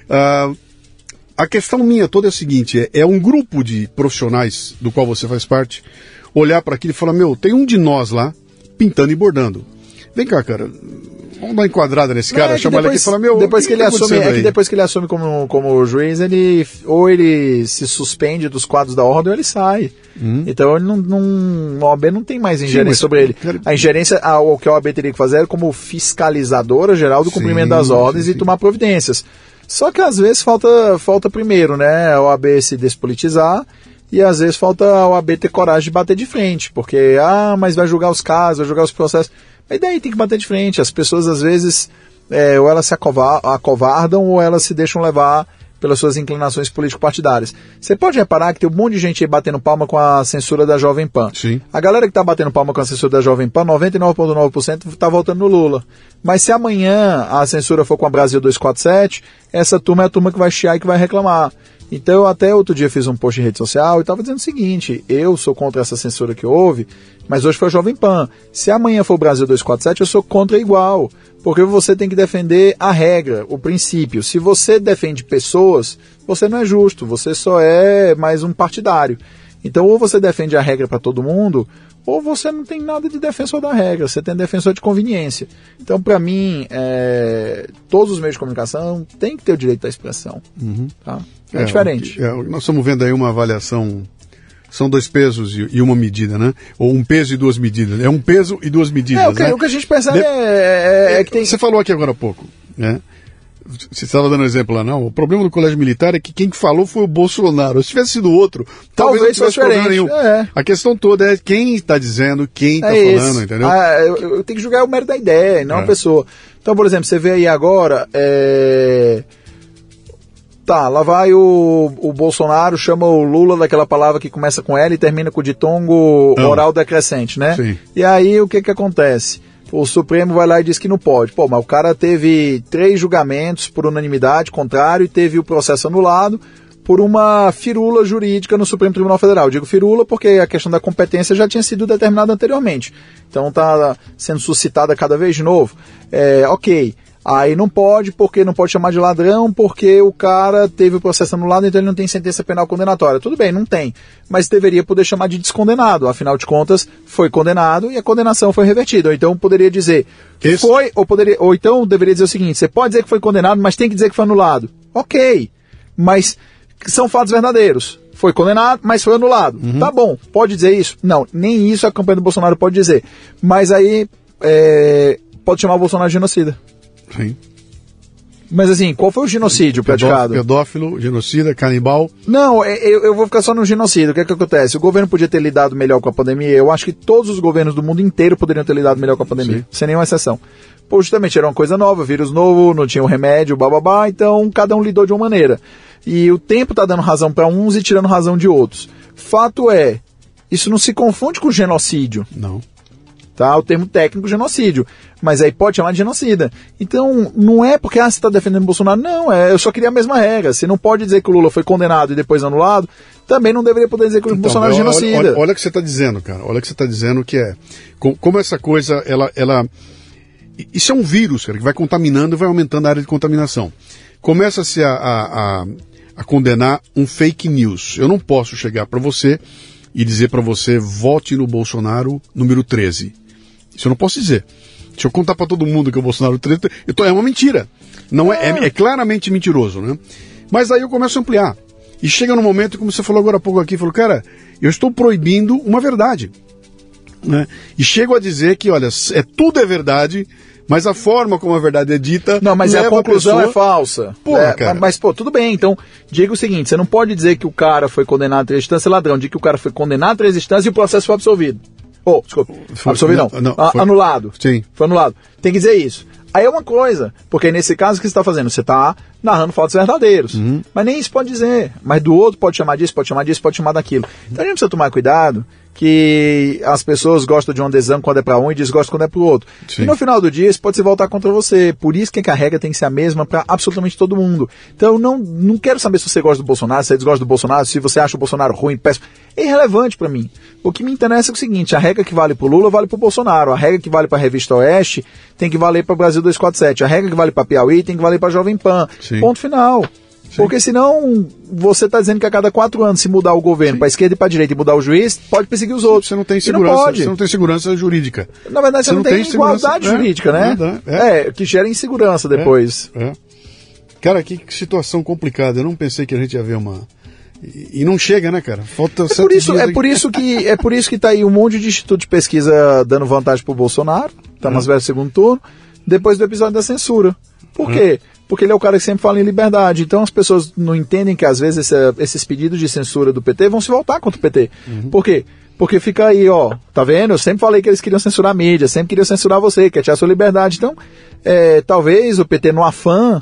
Speaker 1: A questão minha toda é a seguinte, é um grupo de profissionais do qual você faz parte, olhar para aquilo e falar, tem um de nós lá, pintando e bordando. Vem cá, cara, vamos dar uma enquadrada nesse cara, chama ele aqui e fala,
Speaker 2: depois que ele assume como juiz, ele se suspende dos quadros da ordem ou ele sai. Então ele a OAB não tem mais ingerência sobre ele. A ingerência, o que a OAB teria que fazer é como fiscalizadora geral do cumprimento das ordens e tomar providências. Só que às vezes falta primeiro, né, a OAB se despolitizar e às vezes falta a OAB ter coragem de bater de frente, porque, mas vai julgar os casos, vai julgar os processos. Mas daí tem que bater de frente. As pessoas às vezes ou elas se acovardam ou elas se deixam levar pelas suas inclinações político-partidárias. Você pode reparar que tem um monte de gente aí batendo palma com a censura da Jovem Pan.
Speaker 1: Sim.
Speaker 2: A galera que está batendo palma com a censura da Jovem Pan, 99,9% está votando no Lula. Mas se amanhã a censura for com a Brasil 247, essa turma é a turma que vai chiar e que vai reclamar. Então eu até outro dia fiz um post em rede social e estava dizendo o seguinte, eu sou contra essa censura que houve, mas hoje foi a Jovem Pan. Se amanhã for o Brasil 247, eu sou contra igual, porque você tem que defender a regra, o princípio. Se você defende pessoas, você não é justo, você só é mais um partidário. Então ou você defende a regra para todo mundo, ou você não tem nada de defensor da regra, você tem defensor de conveniência. Então, para mim, todos os meios de comunicação têm que ter o direito à expressão. Tá? É diferente.
Speaker 1: Nós estamos vendo aí uma avaliação, são 2 pesos e uma medida, né? Ou 1 peso e 2 medidas. É 1 peso e 2 medidas, né?
Speaker 2: O que a gente percebe é que tem...
Speaker 1: Você falou aqui agora há pouco, né? Você estava dando um exemplo lá, não? O problema do colégio militar é que quem falou foi o Bolsonaro. Se tivesse sido outro, talvez não tivesse problema nenhum. A questão toda é quem está dizendo, quem está falando, entendeu?
Speaker 2: Eu tenho que julgar o mérito da ideia, não a pessoa. Então, por exemplo, você vê aí agora... lá vai o Bolsonaro, chama o Lula daquela palavra que começa com L e termina com o ditongo oral decrescente, né?
Speaker 1: Sim.
Speaker 2: E aí o que acontece? O Supremo vai lá e diz que não pode. Mas o cara teve 3 julgamentos por unanimidade, contrário, e teve o processo anulado por uma firula jurídica no Supremo Tribunal Federal. Eu digo firula porque a questão da competência já tinha sido determinada anteriormente. Então está sendo suscitada cada vez de novo. Ok. Aí não pode, porque não pode chamar de ladrão, porque o cara teve o processo anulado, então ele não tem sentença penal condenatória. Tudo bem, não tem. Mas deveria poder chamar de descondenado. Afinal de contas, foi condenado e a condenação foi revertida. Ou então poderia dizer que foi, ou então deveria dizer o seguinte, você pode dizer que foi condenado, mas tem que dizer que foi anulado. Ok, mas são fatos verdadeiros. Foi condenado, mas foi anulado. Tá bom, pode dizer isso? Não, nem isso a campanha do Bolsonaro pode dizer. Mas aí pode chamar o Bolsonaro de genocida.
Speaker 1: Sim.
Speaker 2: Mas assim, qual foi o genocídio praticado?
Speaker 1: Pedófilo, genocida, canibal.
Speaker 2: Não, eu vou ficar só no genocídio. O que é que acontece? O governo podia ter lidado melhor com a pandemia. Eu acho que todos os governos do mundo inteiro poderiam ter lidado melhor com a pandemia. Sim. Sem nenhuma exceção. Pô, justamente era uma coisa nova, vírus novo, não tinha um remédio, bababá, então cada um lidou de uma maneira. E o tempo tá dando razão para uns e tirando razão de outros. Fato é, isso não se confunde com genocídio.
Speaker 1: Não.
Speaker 2: Tá? O termo técnico genocídio, mas aí pode chamar de genocida. Então, não é porque você está defendendo o Bolsonaro, não, eu só queria a mesma regra. Você não pode dizer que o Lula foi condenado e depois anulado, também não deveria poder dizer que o Bolsonaro é genocida.
Speaker 1: Olha o que você está dizendo, cara, olha o que você está dizendo que como essa coisa, isso é um vírus, cara, que vai contaminando e vai aumentando a área de contaminação. Começa-se a condenar um fake news. Eu não posso chegar para você e dizer para você, vote no Bolsonaro número 13. Isso eu não posso dizer. Se eu contar para todo mundo que o Bolsonaro treta, é uma mentira. Não é claramente mentiroso, né? Mas aí eu começo a ampliar. E chega no momento, como você falou agora há pouco aqui, falou, cara, eu estou proibindo uma verdade. Né? E chego a dizer que, olha, tudo é verdade, mas a forma como a verdade é dita...
Speaker 2: Não, mas a conclusão é falsa.
Speaker 1: Porra, cara.
Speaker 2: Mas, pô, tudo bem. Então, diga o seguinte, você não pode dizer que o cara foi condenado a 3 instâncias e ladrão. Diga que o cara foi condenado a 3 instâncias e o processo foi absolvido. Desculpa. Absolvido não. Foi anulado.
Speaker 1: Sim.
Speaker 2: Foi anulado. Tem que dizer isso. Aí é uma coisa, porque nesse caso o que você está fazendo? Você está narrando fatos verdadeiros. Mas nem isso pode dizer. Mas do outro pode chamar disso, pode chamar disso, pode chamar daquilo. Então a gente precisa tomar cuidado que as pessoas gostam de um adesão quando é para um e desgostam quando é para o outro. Sim. E no final do dia isso pode se voltar contra você. Por isso que a regra tem que ser a mesma para absolutamente todo mundo. Então eu não quero saber se você gosta do Bolsonaro, se você desgosta do Bolsonaro, se você acha o Bolsonaro ruim, péssimo. É irrelevante para mim. O que me interessa é o seguinte, a regra que vale para o Lula vale para o Bolsonaro. A regra que vale para a Revista Oeste tem que valer para o Brasil 247. A regra que vale para Piauí tem que valer para Jovem Pan. Sim. Ponto final. Sim. Porque senão você está dizendo que a cada 4 anos, se mudar o governo para a esquerda e para a direita e mudar o juiz, pode perseguir os outros.
Speaker 1: Você não tem segurança, você não tem segurança jurídica.
Speaker 2: Na verdade, você não tem igualdade jurídica, né? Que gera insegurança depois.
Speaker 1: Cara, que situação complicada. Eu não pensei que a gente ia ver uma... E não chega, né, cara? Falta
Speaker 2: por isso que está aí um monte de instituto de pesquisa dando vantagem pro Bolsonaro, tá nas vésperas do segundo turno, depois do episódio da censura. Por quê? Porque ele é o cara que sempre fala em liberdade. Então as pessoas não entendem que às vezes esses pedidos de censura do PT vão se voltar contra o PT. Por quê? Porque fica aí, tá vendo? Eu sempre falei que eles queriam censurar a mídia, sempre queriam censurar você, quer tirar a sua liberdade. Então, talvez o PT, no afã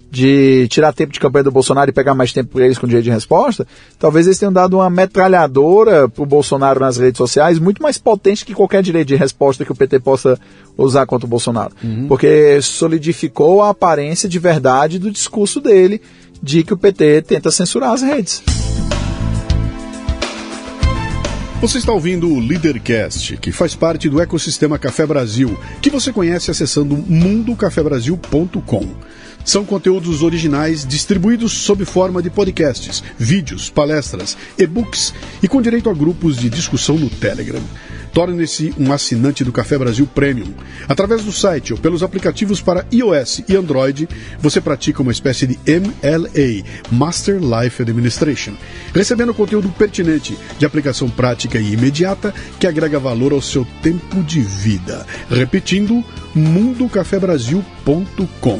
Speaker 2: de tirar tempo de campanha do Bolsonaro e pegar mais tempo para eles com direito de resposta, talvez eles tenham dado uma metralhadora pro Bolsonaro nas redes sociais muito mais potente que qualquer direito de resposta que o PT possa usar contra o Bolsonaro. Porque solidificou a aparência de verdade do discurso dele de que o PT tenta censurar as redes.
Speaker 1: Você está ouvindo o Leadercast, que faz parte do ecossistema Café Brasil, que você conhece acessando mundocafebrasil.com. São conteúdos originais distribuídos sob forma de podcasts, vídeos, palestras, e-books e com direito a grupos de discussão no Telegram. Torne-se um assinante do Café Brasil Premium. Através do site ou pelos aplicativos para iOS e Android, você pratica uma espécie de MLA, Master Life Administration, recebendo conteúdo pertinente, de aplicação prática e imediata, que agrega valor ao seu tempo de vida. Repetindo, mundocafebrasil.com.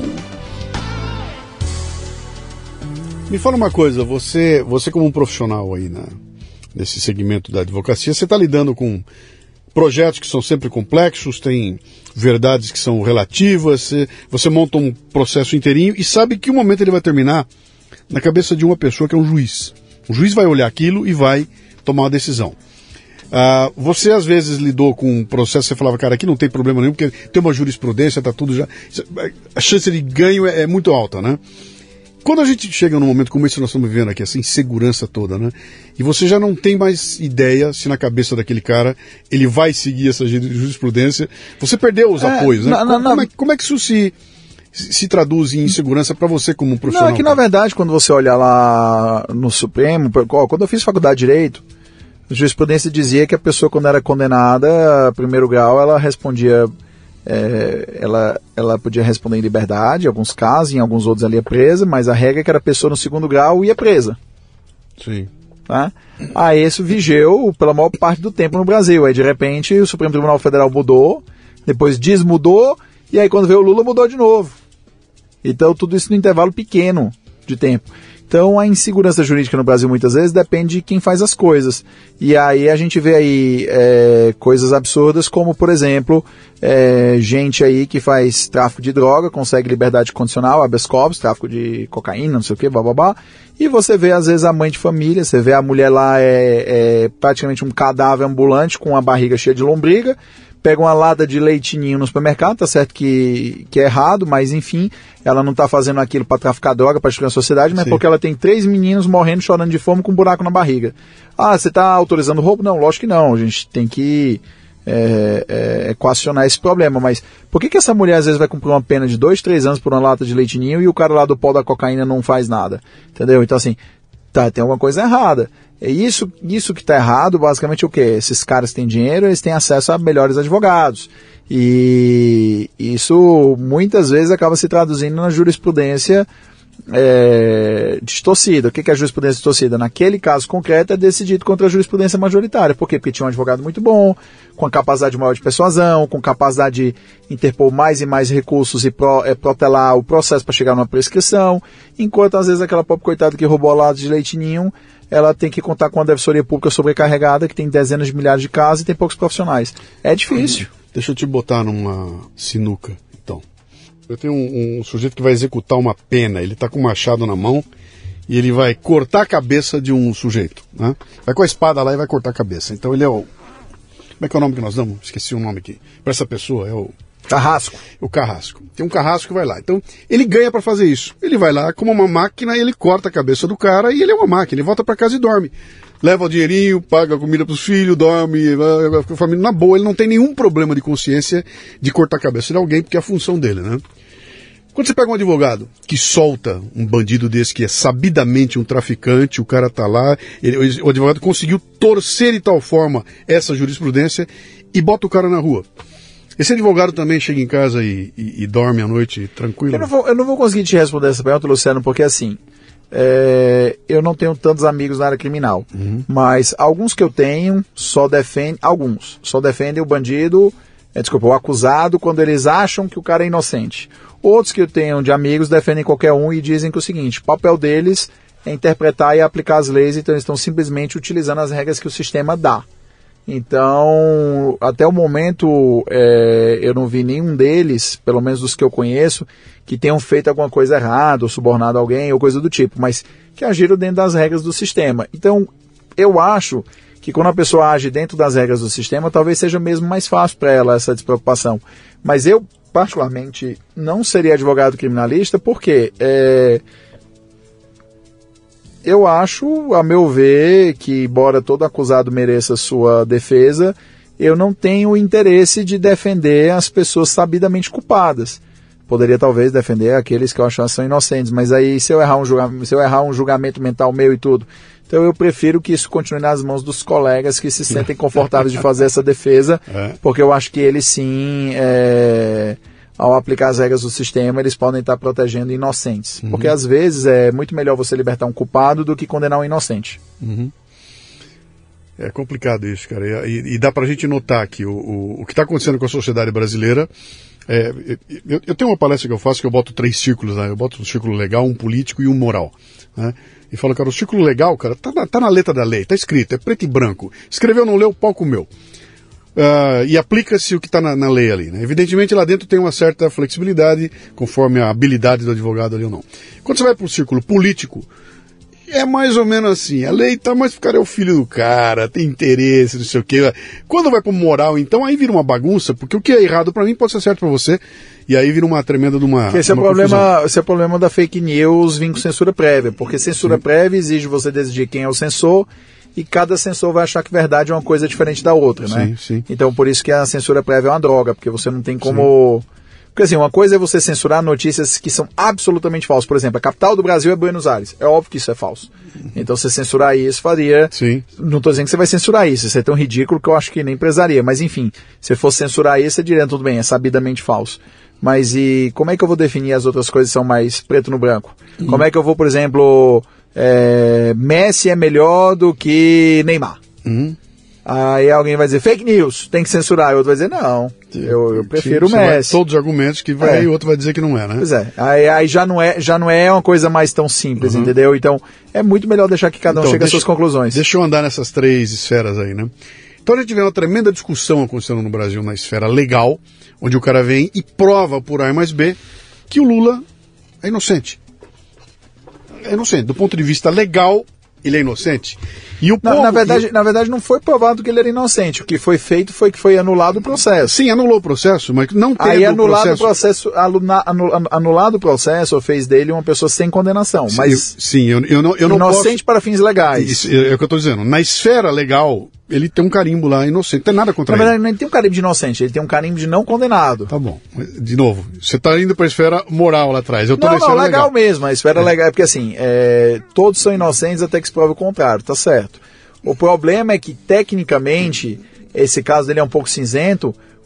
Speaker 1: Me fala uma coisa, você como um profissional aí nesse segmento da advocacia, você está lidando com projetos que são sempre complexos, tem verdades que são relativas, você monta um processo inteirinho e sabe que o momento ele vai terminar na cabeça de uma pessoa que é um juiz. O juiz vai olhar aquilo e vai tomar uma decisão. Você às vezes lidou com um processo, você falava, cara, aqui não tem problema nenhum, porque tem uma jurisprudência, está tudo já... A chance de ganho é muito alta, né? Quando a gente chega num momento como esse que nós estamos vivendo aqui, essa insegurança toda, né? E você já não tem mais ideia se na cabeça daquele cara ele vai seguir essa jurisprudência. Você perdeu os apoios, né? Como é que isso se traduz em insegurança para você como um profissional?
Speaker 2: Não, é que na verdade, quando você olha lá no Supremo, quando eu fiz faculdade de Direito, a jurisprudência dizia que a pessoa, quando era condenada a primeiro grau, ela respondia... ela podia responder em liberdade, em alguns casos, em alguns outros ela ia presa, mas a regra é que era a pessoa no segundo grau ia presa.
Speaker 1: Sim.
Speaker 2: Tá? Aí isso vigeu pela maior parte do tempo no Brasil. Aí de repente o Supremo Tribunal Federal mudou, depois desmudou, e aí quando veio o Lula mudou de novo. Então tudo isso no intervalo pequeno de tempo. Então a insegurança jurídica no Brasil muitas vezes depende de quem faz as coisas. E aí a gente vê aí coisas absurdas como, por exemplo, gente aí que faz tráfico de droga, consegue liberdade condicional, habeas corpus, tráfico de cocaína, não sei o que, bababá. E você vê às vezes a mãe de família, você vê a mulher lá praticamente um cadáver ambulante com a barriga cheia de lombriga, pega uma lata de leitinho no supermercado, tá certo que é errado, mas enfim, ela não tá fazendo aquilo para traficar droga, para destruir a sociedade, mas porque ela tem 3 meninos morrendo, chorando de fome com um buraco na barriga. Você tá autorizando o roubo? Não, lógico que não, a gente tem que equacionar esse problema, mas por que essa mulher às vezes vai cumprir uma pena de 2, 3 anos por uma lata de leitinho e o cara lá do pó da cocaína não faz nada? Entendeu? Então assim, tem alguma coisa errada. É isso que está errado, basicamente o quê? Esses caras têm dinheiro, eles têm acesso a melhores advogados. E isso muitas vezes acaba se traduzindo na jurisprudência distorcida. O que é a jurisprudência distorcida? Naquele caso concreto é decidido contra a jurisprudência majoritária. Por quê? Porque tinha um advogado muito bom, com capacidade maior de persuasão, com capacidade de interpor mais e mais recursos e protelar o processo para chegar numa prescrição, enquanto às vezes aquela pobre coitada que roubou a lata de leite ninho, ela tem que contar com uma defensoria pública sobrecarregada, que tem dezenas de milhares de casos e tem poucos profissionais. É difícil.
Speaker 1: Deixa eu te botar numa sinuca, então. Eu tenho um sujeito que vai executar uma pena, ele está com um machado na mão e ele vai cortar a cabeça de um sujeito, né? Vai com a espada lá e vai cortar a cabeça. Então ele é o... Como é que é o nome que nós damos? Esqueci o nome aqui. Para essa pessoa é o...
Speaker 2: Carrasco.
Speaker 1: O carrasco. Tem um carrasco que vai lá. Então ele ganha para fazer isso. Ele vai lá como uma máquina, ele corta a cabeça do cara e ele é uma máquina. Ele volta para casa e dorme. Leva o dinheirinho, paga a comida pros filhos, dorme, fica a família na boa. Ele não tem nenhum problema de consciência de cortar a cabeça de alguém, porque é a função dele, né? Quando você pega um advogado que solta um bandido desse que é sabidamente um traficante, o cara tá lá, o advogado conseguiu torcer de tal forma essa jurisprudência e bota o cara na rua. Esse advogado também chega em casa e dorme à noite tranquilo?
Speaker 2: Eu não vou conseguir te responder essa pergunta, Luciano, porque assim, eu não tenho tantos amigos na área criminal, mas alguns que eu tenho só defendem o bandido, o acusado, quando eles acham que o cara é inocente. Outros que eu tenho de amigos defendem qualquer um e dizem que é o seguinte: o papel deles é interpretar e aplicar as leis, então eles estão simplesmente utilizando as regras que o sistema dá. Então, até o momento, eu não vi nenhum deles, pelo menos dos que eu conheço, que tenham feito alguma coisa errada, ou subornado alguém, ou coisa do tipo, mas que agiram dentro das regras do sistema. Então, eu acho que quando a pessoa age dentro das regras do sistema, talvez seja mesmo mais fácil para ela essa despreocupação. Mas eu, particularmente, não seria advogado criminalista, porque eu acho, a meu ver, que embora todo acusado mereça sua defesa, eu não tenho interesse de defender as pessoas sabidamente culpadas. Poderia talvez defender aqueles que eu achasse são inocentes, mas aí se eu errar um julgamento mental meu e tudo, então eu prefiro que isso continue nas mãos dos colegas que se sentem confortáveis de fazer essa defesa, porque eu acho que eles sim, ao aplicar as regras do sistema, eles podem estar protegendo inocentes. Porque às vezes é muito melhor você libertar um culpado do que condenar um inocente.
Speaker 1: É complicado isso, cara. E dá pra gente notar que o que está acontecendo com a sociedade brasileira... eu tenho uma palestra que eu faço que eu boto 3 círculos, né? Eu boto um círculo legal, um político e um moral, né? E falo, cara, o círculo legal, cara, tá na letra da lei, tá escrito, é preto e branco. Escreveu, não leu, pau comeu. E aplica-se o que está na lei ali, né? Evidentemente lá dentro tem uma certa flexibilidade, conforme a habilidade do advogado ali ou não. Quando você vai para o círculo político, é mais ou menos assim, a lei tá, mas o cara é o filho do cara, tem interesse, não sei o quê. Quando vai pro moral, então, aí vira uma bagunça, porque o que é errado para mim pode ser certo para você, e aí vira uma tremenda de uma
Speaker 2: esse é o problema da fake news vir com censura prévia, porque censura prévia exige você decidir quem é o censor, e cada censor vai achar que verdade é uma coisa diferente da outra, né?
Speaker 1: Sim.
Speaker 2: Então, por isso que a censura prévia é uma droga, porque você não tem como... Sim. Porque assim, uma coisa é você censurar notícias que são absolutamente falsas. Por exemplo, a capital do Brasil é Buenos Aires. É óbvio que isso é falso. Então, você censurar isso faria...
Speaker 1: Sim.
Speaker 2: Não estou dizendo que você vai censurar isso. Isso é tão ridículo que eu acho que nem prezaria. Mas, enfim, se fosse censurar isso, você diria, tudo bem, é sabidamente falso. Mas e como é que eu vou definir as outras coisas que são mais preto no branco? Como é que eu vou, por exemplo, Messi é melhor do que Neymar? Aí alguém vai dizer, fake news, tem que censurar. E outro vai dizer, não, eu prefiro o Messi.
Speaker 1: Todos os argumentos que vai, e o outro vai dizer que não é, né?
Speaker 2: Pois é, aí já não é uma coisa mais tão simples, entendeu? Então, é muito melhor deixar que cada um chegue às suas conclusões.
Speaker 1: Deixa eu andar nessas 3 esferas aí, né? Então a gente vê uma tremenda discussão acontecendo no Brasil na esfera legal, onde o cara vem e prova por A mais B que o Lula é inocente. É inocente. Do ponto de vista legal, ele é inocente. E o povo,
Speaker 2: na verdade, não foi provado que ele era inocente. O que foi feito foi que foi anulado o processo.
Speaker 1: Sim, anulou o processo, mas não teve
Speaker 2: aí anulado o processo fez dele uma pessoa sem condenação. Mas
Speaker 1: eu não
Speaker 2: inocente para fins legais.
Speaker 1: Isso é o que eu estou dizendo. Na esfera legal, ele tem um carimbo lá inocente. Não tem nada contra ele.
Speaker 2: Na verdade, ele não tem um carimbo de inocente, ele tem um carimbo de não condenado.
Speaker 1: Tá bom. De novo, você está indo para a esfera moral lá atrás. Eu tô na esfera
Speaker 2: legal mesmo. A esfera legal é porque assim, todos são inocentes até que se prove o contrário, tá certo. O problema é que, tecnicamente, esse caso dele é um pouco cinzento,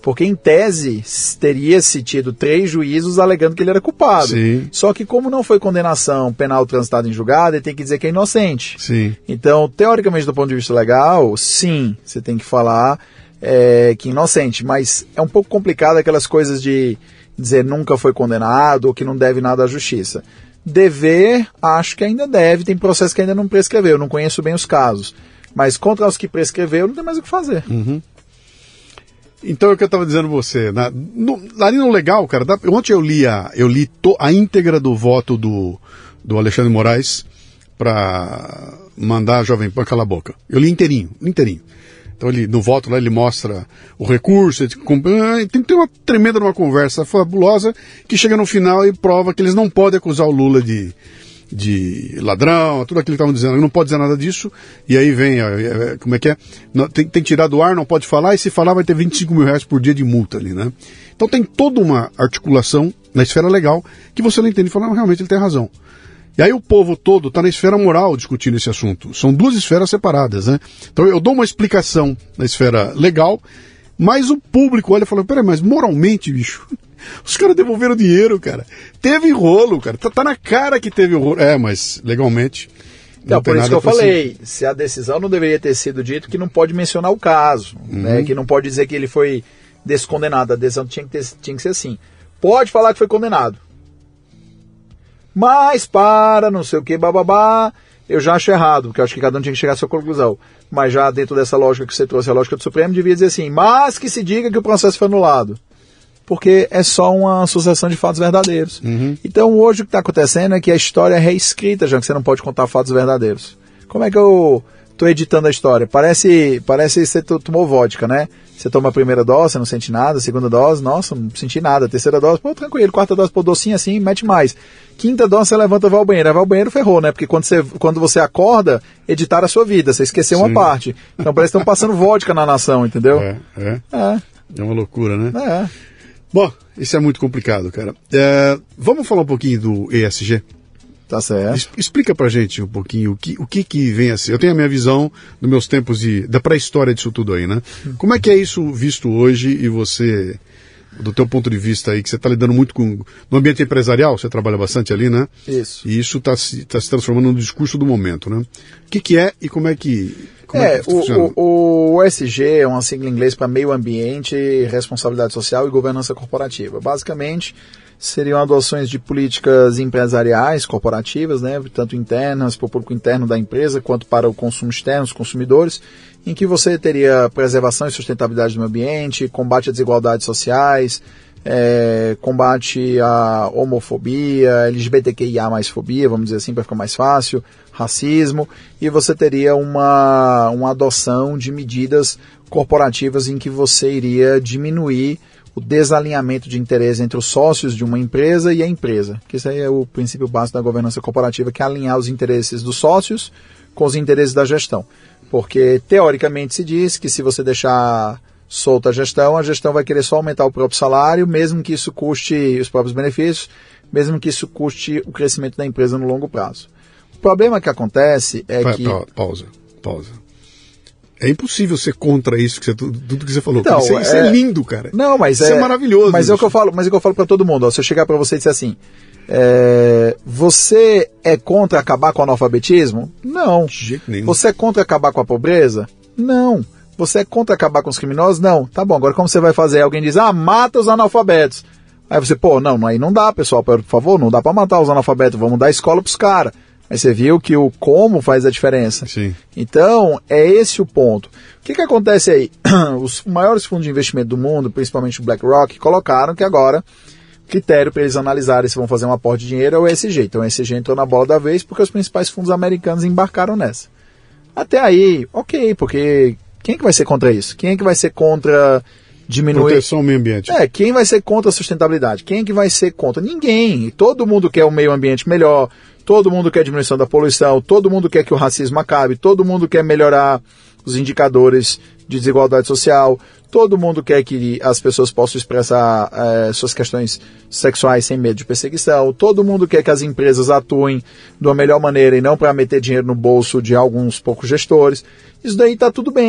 Speaker 2: Porque, em tese, teria-se tido 3 juízos alegando que ele era culpado.
Speaker 1: Sim.
Speaker 2: Só que, como não foi condenação penal transitada em julgado, ele tem que dizer que é inocente.
Speaker 1: Sim.
Speaker 2: Então, teoricamente, do ponto de vista legal, sim, você tem que falar que é inocente. Mas é um pouco complicado aquelas coisas de dizer nunca foi condenado ou que não deve nada à justiça. Dever, acho que ainda deve. Tem processo que ainda não prescreveu. Eu não conheço bem os casos. Mas contra os que prescreveu, não tem mais o que fazer.
Speaker 1: Uhum. Então é o que eu estava dizendo a você. Ali no legal, cara, ontem eu li a íntegra do voto do Alexandre Moraes para mandar a Jovem Pan calar a boca. Eu li inteirinho. Então no voto lá ele mostra o recurso, tem que ter uma tremenda uma conversa fabulosa que chega no final e prova que eles não podem acusar o Lula de ladrão, tudo aquilo que estavam dizendo, não pode dizer nada disso, e aí vem, como é que é? Tem que tirar do ar, não pode falar, e se falar vai ter 25 mil reais por dia de multa ali, né? Então tem toda uma articulação na esfera legal que você não entende e fala, não, realmente ele tem razão. E aí o povo todo está na esfera moral discutindo esse assunto. São 2 esferas separadas, né? Então eu dou uma explicação na esfera legal, mas o público olha e fala, peraí, mas moralmente, bicho, os caras devolveram dinheiro, cara. Teve rolo, cara. Tá na cara que teve rolo. Mas legalmente.
Speaker 2: Não, por isso que eu falei, se a decisão não deveria ter sido dito que não pode mencionar o caso, né? Que não pode dizer que ele foi descondenado. A decisão tinha que ser assim. Pode falar que foi condenado. Mas para não sei o que, bababá, eu já acho errado, porque eu acho que cada um tinha que chegar à sua conclusão. Mas já dentro dessa lógica que você trouxe, a lógica do Supremo, devia dizer assim, mas que se diga que o processo foi anulado. Porque é só uma sucessão de fatos verdadeiros. Então hoje o que está acontecendo é que a história é reescrita, já que você não pode contar fatos verdadeiros. Como é que eu estou editando a história? Parece que você tomou vodka, né? Você toma a primeira dose, você não sente nada, a segunda dose, nossa, não senti nada, a terceira dose, pô, tranquilo, quarta dose, pô, docinho assim, mete mais. Quinta dose, você levanta e vai ao banheiro. Aí vai ao banheiro, ferrou, né? Porque quando você acorda, editaram a sua vida, você esqueceu uma parte. Então parece que estão passando vodka na nação, entendeu?
Speaker 1: É uma loucura, né?
Speaker 2: É.
Speaker 1: Bom, isso é muito complicado, cara. Vamos falar um pouquinho do ESG?
Speaker 2: Tá certo.
Speaker 1: Explica pra gente um pouquinho o que vem a ser. Eu tenho a minha visão dos meus tempos da pré-história disso tudo aí, né? Como é que é isso visto hoje e você, do teu ponto de vista aí, que você está lidando muito com... No ambiente empresarial, você trabalha bastante ali, né?
Speaker 2: Isso.
Speaker 1: E isso está se transformando no discurso do momento, né? O que é e como é que...
Speaker 2: O ESG é uma sigla em inglês para meio ambiente, responsabilidade social e governança corporativa. Basicamente, seriam adoções de políticas empresariais, corporativas, né, tanto internas para o público interno da empresa, quanto para o consumo externo, os consumidores, em que você teria preservação e sustentabilidade do meio ambiente, combate a desigualdades sociais, combate à homofobia, LGBTQIA mais fobia, vamos dizer assim, para ficar mais fácil, racismo, e você teria uma adoção de medidas corporativas em que você iria diminuir o desalinhamento de interesse entre os sócios de uma empresa e a empresa, que isso aí é o princípio básico da governança corporativa, que é alinhar os interesses dos sócios com os interesses da gestão. Porque, teoricamente, se diz que se você deixar solta a gestão vai querer só aumentar o próprio salário, mesmo que isso custe os próprios benefícios, mesmo que isso custe o crescimento da empresa no longo prazo. O problema que acontece é que...
Speaker 1: Pausa. É impossível ser contra isso, tudo que você falou.
Speaker 2: Então,
Speaker 1: isso é lindo, cara.
Speaker 2: Não, mas
Speaker 1: isso é maravilhoso.
Speaker 2: Mas é o que eu falo para todo mundo. Ó, se eu chegar para você e disser assim, você é contra acabar com o analfabetismo? Não.
Speaker 1: De jeito nenhum.
Speaker 2: Você é contra acabar com a pobreza? Não. Você é contra acabar com os criminosos? Não. Tá bom, agora como você vai fazer? Alguém diz, mata os analfabetos. Aí você, aí não dá, pessoal, por favor, não dá para matar os analfabetos, vamos dar escola pros caras. Aí você viu que o como faz a diferença.
Speaker 1: Sim.
Speaker 2: Então, é esse o ponto. O que acontece aí? Os maiores fundos de investimento do mundo, principalmente o BlackRock, colocaram que agora o critério para eles analisarem se vão fazer um aporte de dinheiro é o ESG. Então o ESG entrou na bola da vez porque os principais fundos americanos embarcaram nessa. Até aí, ok, porque quem é que vai ser contra isso? Quem é que vai ser contra diminuir...
Speaker 1: Proteção ao meio ambiente.
Speaker 2: Quem vai ser contra a sustentabilidade? Quem é que vai ser contra? Ninguém. Todo mundo quer um meio ambiente melhor, todo mundo quer diminuição da poluição, todo mundo quer que o racismo acabe, todo mundo quer melhorar os indicadores de desigualdade social, todo mundo quer que as pessoas possam expressar suas questões sexuais sem medo de perseguição, todo mundo quer que as empresas atuem de uma melhor maneira e não para meter dinheiro no bolso de alguns poucos gestores. Isso daí está tudo bem.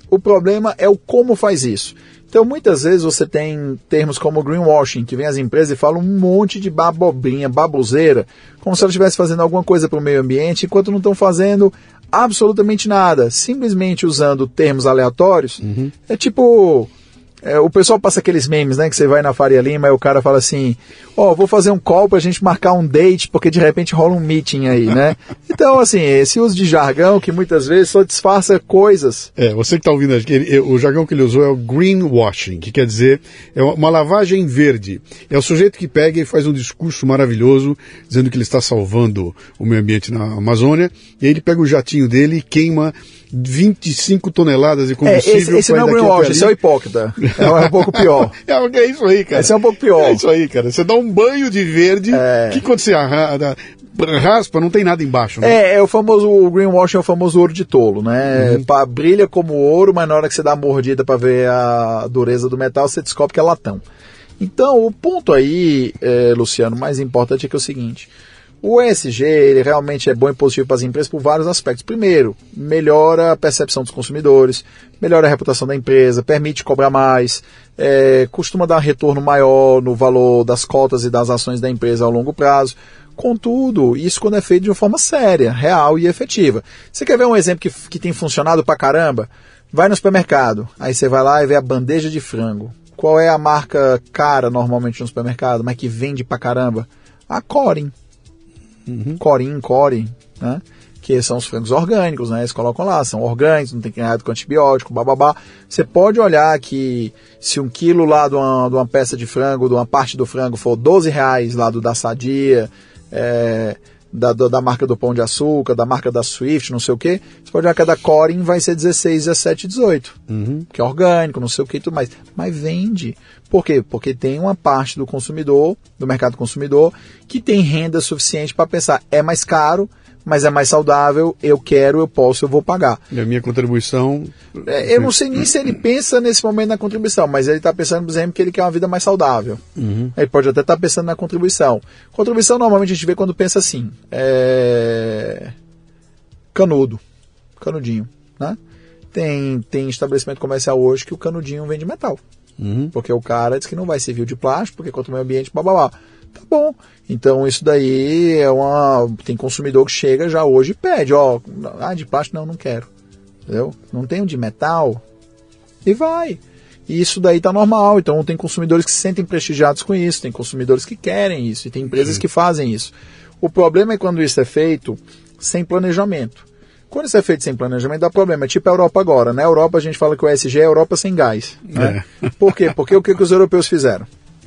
Speaker 2: O problema é o como faz isso. Então, muitas vezes você tem termos como greenwashing, que vem as empresas e falam um monte de babobrinha, baboseira, como se elas estivessem fazendo alguma coisa para o meio ambiente, enquanto não estão fazendo absolutamente nada, simplesmente usando termos aleatórios. É tipo... o pessoal passa aqueles memes, né, que você vai na Faria Lima e o cara fala assim, vou fazer um call pra gente marcar um date, porque de repente rola um meeting aí, né? Então, assim, esse uso de jargão que muitas vezes só disfarça coisas.
Speaker 1: Você que está ouvindo aqui, o jargão que ele usou é o greenwashing, que quer dizer, é uma lavagem verde. É o sujeito que pega e faz um discurso maravilhoso, dizendo que ele está salvando o meio ambiente na Amazônia, e aí ele pega o jatinho dele e queima 25 toneladas de combustível.
Speaker 2: Esse não é o greenwashing, esse é o hipócrita. É um pouco pior.
Speaker 1: É isso aí, cara.
Speaker 2: Esse é um pouco pior.
Speaker 1: É isso aí, cara. Você dá um banho de verde, que quando você raspa, não tem nada embaixo, né?
Speaker 2: O famoso greenwashing, é o famoso ouro de tolo, né? Brilha como ouro, mas na hora que você dá a mordida para ver a dureza do metal, você descobre que é latão. Então, o ponto aí, Luciano, mais importante é que é o seguinte: o ESG, ele realmente é bom e positivo para as empresas por vários aspectos. Primeiro, melhora a percepção dos consumidores, melhora a reputação da empresa, permite cobrar mais, costuma dar retorno maior no valor das cotas e das ações da empresa ao longo prazo. Contudo, isso quando é feito de uma forma séria, real e efetiva. Você quer ver um exemplo que tem funcionado pra caramba? Vai no supermercado, aí você vai lá e vê a bandeja de frango. Qual é a marca cara normalmente no supermercado, mas que vende pra caramba? A Corin. Core, né? Que são os frangos orgânicos, né? Eles colocam lá, são orgânicos, não tem nada com antibiótico, bababá. Você pode olhar que se 1 quilo lá de uma peça de frango, de uma parte do frango for R$12 lá da Sadia, da marca do Pão de Açúcar, da marca da Swift, não sei o que, você pode olhar que a da Corin vai ser 16, 17, 18. Que é orgânico, não sei o que e tudo mais. Mas vende. Por quê? Porque tem uma parte do consumidor, do mercado consumidor, que tem renda suficiente para pensar, é mais caro, mas é mais saudável, eu quero, eu posso, eu vou pagar.
Speaker 1: E a minha contribuição...
Speaker 2: eu não sei nem se ele pensa nesse momento na contribuição, mas ele está pensando, por exemplo, que ele quer uma vida mais saudável. Ele pode até estar pensando na contribuição. Contribuição, normalmente, a gente vê quando pensa assim, canudinho, né? Tem estabelecimento comercial hoje que o canudinho vende metal. Porque o cara diz que não vai servir de plástico, porque contra o meio ambiente, blá. Tá bom. Então isso daí tem consumidor que chega já hoje e pede, de plástico não quero. Entendeu? Não tem um de metal. E vai. E isso daí tá normal. Então tem consumidores que se sentem prestigiados com isso, tem consumidores que querem isso, e tem empresas que fazem isso. O problema é quando isso é feito sem planejamento. Quando isso é feito sem planejamento, dá problema. É tipo a Europa agora. Na Europa a gente fala que o ESG é a Europa sem gás. Né? Por quê? Porque o que os europeus fizeram?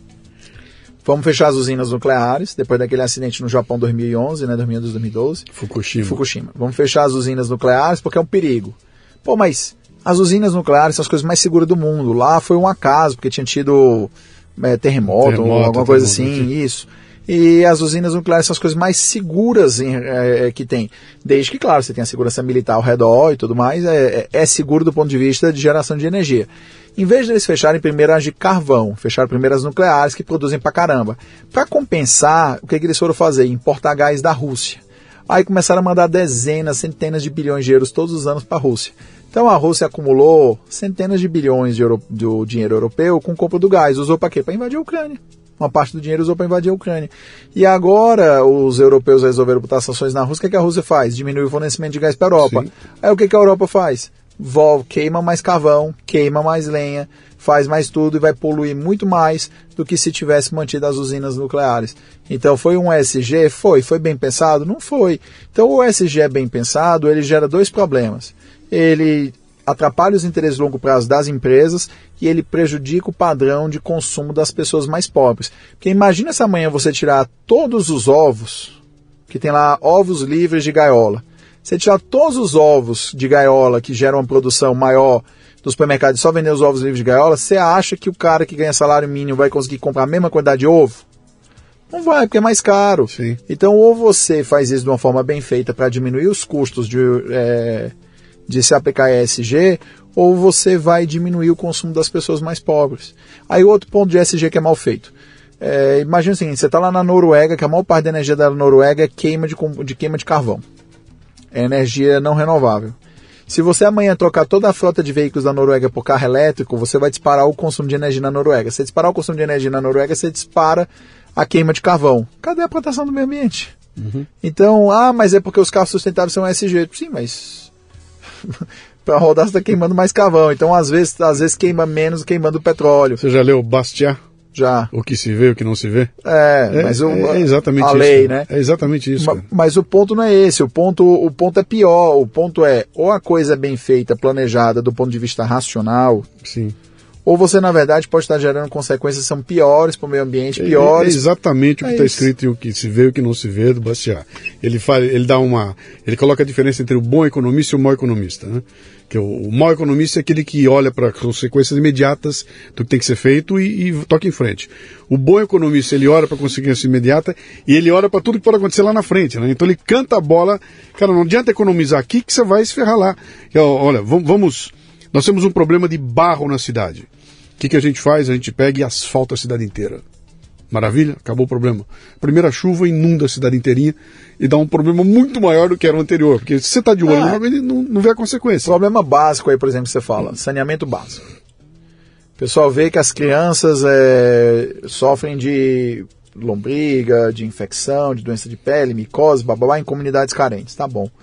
Speaker 2: Vamos fechar as usinas nucleares, depois daquele acidente no Japão 2011, né, 2011, 2012. Fukushima. Vamos fechar as usinas nucleares porque é um perigo. Mas as usinas nucleares são as coisas mais seguras do mundo. Lá foi um acaso, porque tinha tido terremoto ou alguma coisa assim, isso. E as usinas nucleares são as coisas mais seguras que tem. Desde que, claro, você tem a segurança militar ao redor e tudo mais, é seguro do ponto de vista de geração de energia. Em vez de eles fecharem primeiro as de carvão, fecharam primeiro as nucleares, que produzem pra caramba. Para compensar, o que eles foram fazer? Importar gás da Rússia. Aí começaram a mandar dezenas, centenas de bilhões de euros todos os anos para a Rússia. Então a Rússia acumulou centenas de bilhões do dinheiro europeu com compra do gás. Usou para quê? Para invadir a Ucrânia. Uma parte do dinheiro usou para invadir a Ucrânia. E agora os europeus resolveram botar sanções na Rússia. O que a Rússia faz? Diminui o fornecimento de gás para a Europa.
Speaker 1: Sim.
Speaker 2: Aí o que a Europa faz? Queima mais carvão, queima mais lenha, faz mais tudo e vai poluir muito mais do que se tivesse mantido as usinas nucleares. Então foi um ESG? Foi bem pensado? Não foi. Então o ESG é bem pensado, ele gera dois problemas. Ele atrapalha os interesses de longo prazo das empresas e ele prejudica o padrão de consumo das pessoas mais pobres. Porque imagina se amanhã você tirar todos os ovos, que tem lá ovos livres de gaiola. Você tirar todos os ovos de gaiola que geram uma produção maior do supermercado e só vender os ovos livres de gaiola, você acha que o cara que ganha salário mínimo vai conseguir comprar a mesma quantidade de ovo? Não vai, porque é mais caro.
Speaker 1: Sim.
Speaker 2: Então, ou você faz isso de uma forma bem feita para diminuir os custos de se aplicar ESG, ou você vai diminuir o consumo das pessoas mais pobres. Aí outro ponto de ESG que é mal feito. Imagina o seguinte, você está lá na Noruega, que a maior parte da energia da Noruega é queima de carvão. É energia não renovável. Se você amanhã trocar toda a frota de veículos da Noruega por carro elétrico, você vai disparar o consumo de energia na Noruega. Se disparar o consumo de energia na Noruega, você dispara a queima de carvão. Cadê a proteção do meio ambiente? Então, mas é porque os carros sustentáveis são ESG. Sim, mas para rodar você está queimando mais carvão. Então, às vezes queima menos queimando petróleo.
Speaker 1: Você já leu Bastiat?
Speaker 2: Já.
Speaker 1: O que se vê, o que não se vê?
Speaker 2: Mas
Speaker 1: é exatamente
Speaker 2: a
Speaker 1: isso.
Speaker 2: lei, né?
Speaker 1: É exatamente isso.
Speaker 2: Mas o ponto não é esse. O ponto é pior. O ponto é, ou a coisa é bem feita, planejada do ponto de vista racional.
Speaker 1: Sim.
Speaker 2: Ou você, na verdade, pode estar gerando consequências que são piores para o meio ambiente, piores.
Speaker 1: É exatamente o que está escrito em O que se vê e o que não se vê, do Bastiat. Ele coloca a diferença entre o bom economista e o mau economista, né? Que o mau economista é aquele que olha para as consequências imediatas do que tem que ser feito e toca em frente. O bom economista, ele olha para a consequência imediata e ele olha para tudo que pode acontecer lá na frente, né? Então ele canta a bola. Cara, não adianta economizar aqui que você vai se ferrar lá. Olha, nós temos um problema de barro na cidade. O que a gente faz? A gente pega e asfalta a cidade inteira. Maravilha? Acabou o problema. Primeira chuva inunda a cidade inteirinha e dá um problema muito maior do que era o anterior. Porque se você está de olho, ele não vê a consequência.
Speaker 2: Problema básico aí, por exemplo, que você fala, saneamento básico. O pessoal vê que as crianças sofrem de lombriga, de infecção, de doença de pele, micose, bababá, em comunidades carentes. Tá bom.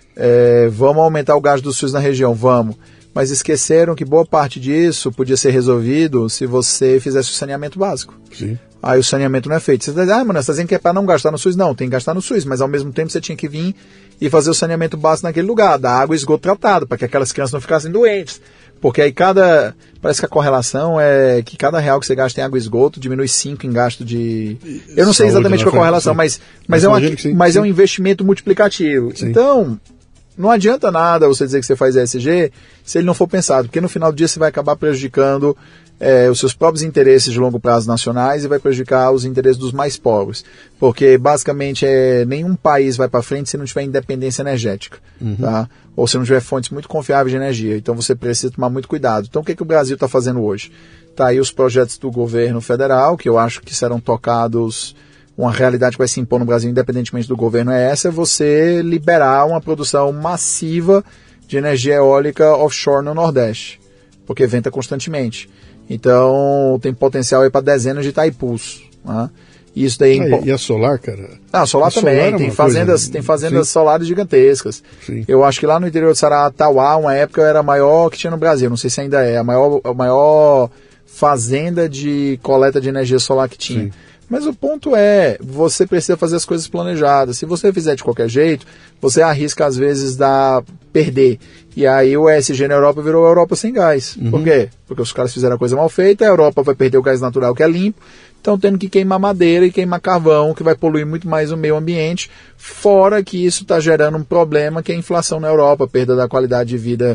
Speaker 2: Vamos aumentar o gasto do SUS na região? Vamos. Mas esqueceram que boa parte disso podia ser resolvido se você fizesse o saneamento básico.
Speaker 1: Sim.
Speaker 2: Aí o saneamento não é feito. Você está dizendo, você está dizendo que é para não gastar no SUS? Não, tem que gastar no SUS, mas ao mesmo tempo você tinha que vir e fazer o saneamento básico naquele lugar, da água e esgoto tratado, para que aquelas crianças não ficassem doentes. Porque aí parece que a correlação é que cada real que você gasta em água e esgoto diminui 5 em gasto de... Eu não sei exatamente qual a correlação, mas é um investimento multiplicativo. Sim. Então... Não adianta nada você dizer que você faz ESG se ele não for pensado, porque no final do dia você vai acabar prejudicando os seus próprios interesses de longo prazo nacionais e vai prejudicar os interesses dos mais pobres. Porque basicamente nenhum país vai para frente se não tiver independência energética, tá? Ou se não tiver fontes muito confiáveis de energia. Então você precisa tomar muito cuidado. Então o que o Brasil está fazendo hoje? Tá aí os projetos do governo federal, que eu acho que serão tocados... Uma realidade que vai se impor no Brasil, independentemente do governo, é você liberar uma produção massiva de energia eólica offshore no Nordeste, porque venta constantemente. Então, tem potencial aí para dezenas de Itaipus. Né? Isso daí
Speaker 1: e a solar, cara?
Speaker 2: A solar também. Tem fazendas solares gigantescas.
Speaker 1: Sim.
Speaker 2: Eu acho que lá no interior de Saratauá, uma época, era a maior que tinha no Brasil. Não sei se ainda é. A maior fazenda de coleta de energia solar que tinha. Sim. Mas o ponto você precisa fazer as coisas planejadas. Se você fizer de qualquer jeito, você arrisca às vezes perder. E aí o ESG na Europa virou a Europa sem gás. Por quê? Porque os caras fizeram a coisa mal feita, a Europa vai perder o gás natural que é limpo, estão tendo que queimar madeira e queimar carvão, que vai poluir muito mais o meio ambiente, fora que isso está gerando um problema que é a inflação na Europa, perda da qualidade de vida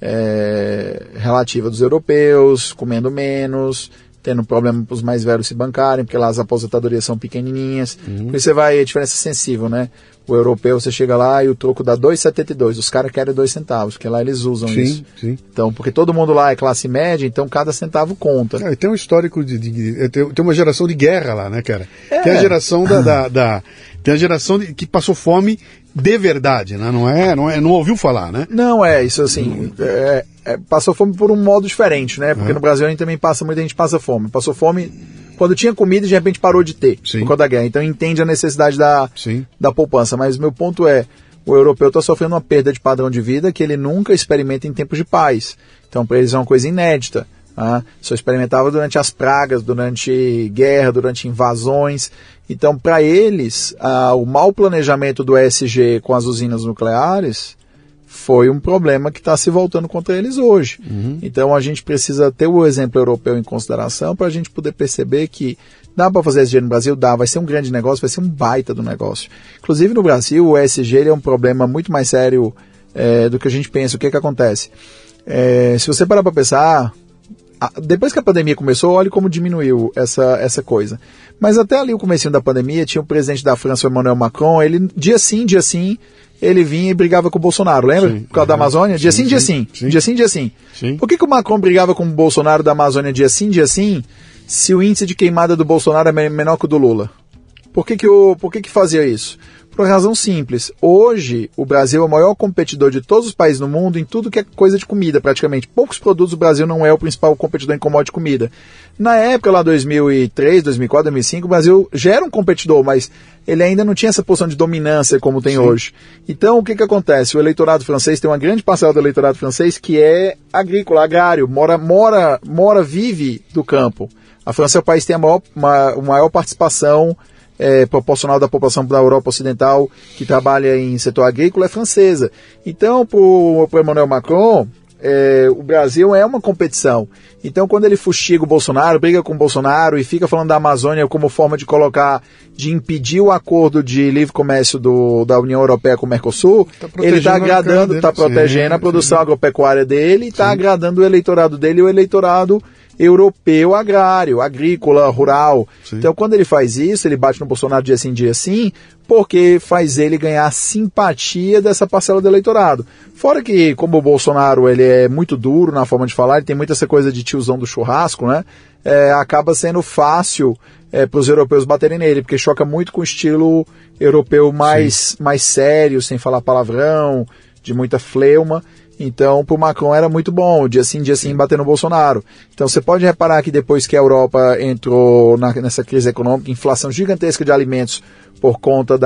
Speaker 2: relativa dos europeus, comendo menos... tendo problema para os mais velhos se bancarem, porque lá as aposentadorias são pequenininhas. Por isso a diferença é sensível, né? O europeu, você chega lá e o troco dá 2,72. Os caras querem 2 centavos, porque lá eles usam isso. Sim. Então, porque todo mundo lá é classe média, então cada centavo conta.
Speaker 1: E tem um histórico tem uma geração de guerra lá, né, cara? Tem a geração tem a geração que passou fome de verdade, né? Não ouviu falar, né?
Speaker 2: Não, isso assim, passou fome por um modo diferente, né? Porque no Brasil a gente também muita gente passa fome. Passou fome quando tinha comida e de repente parou de ter, por causa da guerra. Então entende a necessidade da poupança. Mas meu ponto o europeu está sofrendo uma perda de padrão de vida que ele nunca experimenta em tempos de paz. Então para eles é uma coisa inédita. Só experimentava durante as pragas, durante guerra, durante invasões. Então, para eles, o mau planejamento do ESG com as usinas nucleares foi um problema que está se voltando contra eles hoje. Então, a gente precisa ter o exemplo europeu em consideração para a gente poder perceber que dá para fazer ESG no Brasil? Dá, vai ser um grande negócio, vai ser um baita do negócio. Inclusive, no Brasil, o ESG ele é um problema muito mais sério do que a gente pensa. O que acontece? Se você parar para pensar... Depois que a pandemia começou, olha como diminuiu essa coisa. Mas até ali o comecinho da pandemia, tinha o presidente da França, o Emmanuel Macron, ele dia sim, ele vinha e brigava com o Bolsonaro, lembra? Por causa da Amazônia? Dia sim. Por que o Macron brigava com o Bolsonaro da Amazônia dia sim, se o índice de queimada do Bolsonaro é menor que o do Lula? Por que fazia isso? Por uma razão simples. Hoje, o Brasil é o maior competidor de todos os países no mundo em tudo que é coisa de comida, praticamente. Poucos produtos o Brasil não é o principal competidor em commodity de comida. Na época, lá 2003, 2004, 2005, o Brasil já era um competidor, mas ele ainda não tinha essa posição de dominância como tem hoje. Então, o que acontece? O eleitorado francês tem uma grande parcela do eleitorado francês que é agrícola, agrário, vive do campo. A França é o país que tem a maior participação proporcional da população da Europa Ocidental que trabalha em setor agrícola é francesa. Então, para o Emmanuel Macron, o Brasil é uma competição. Então, quando ele fustiga o Bolsonaro, briga com o Bolsonaro e fica falando da Amazônia como forma de impedir o acordo de livre comércio da União Europeia com o Mercosul, ele está agradando, está protegendo a produção agropecuária dele e está agradando o eleitorado dele e o eleitorado europeu agrário, agrícola, rural. Sim. Então, quando ele faz isso, ele bate no Bolsonaro dia sim, porque faz ele ganhar a simpatia dessa parcela do eleitorado. Fora que, como o Bolsonaro ele é muito duro na forma de falar, ele tem muita essa coisa de tiozão do churrasco, né? Acaba sendo fácil para os europeus baterem nele, porque choca muito com o estilo europeu mais sério, sem falar palavrão, de muita fleuma. Então, para o Macron era muito bom, dia sim, bater no Bolsonaro. Então, você pode reparar que depois que a Europa entrou nessa crise econômica, inflação gigantesca de alimentos por conta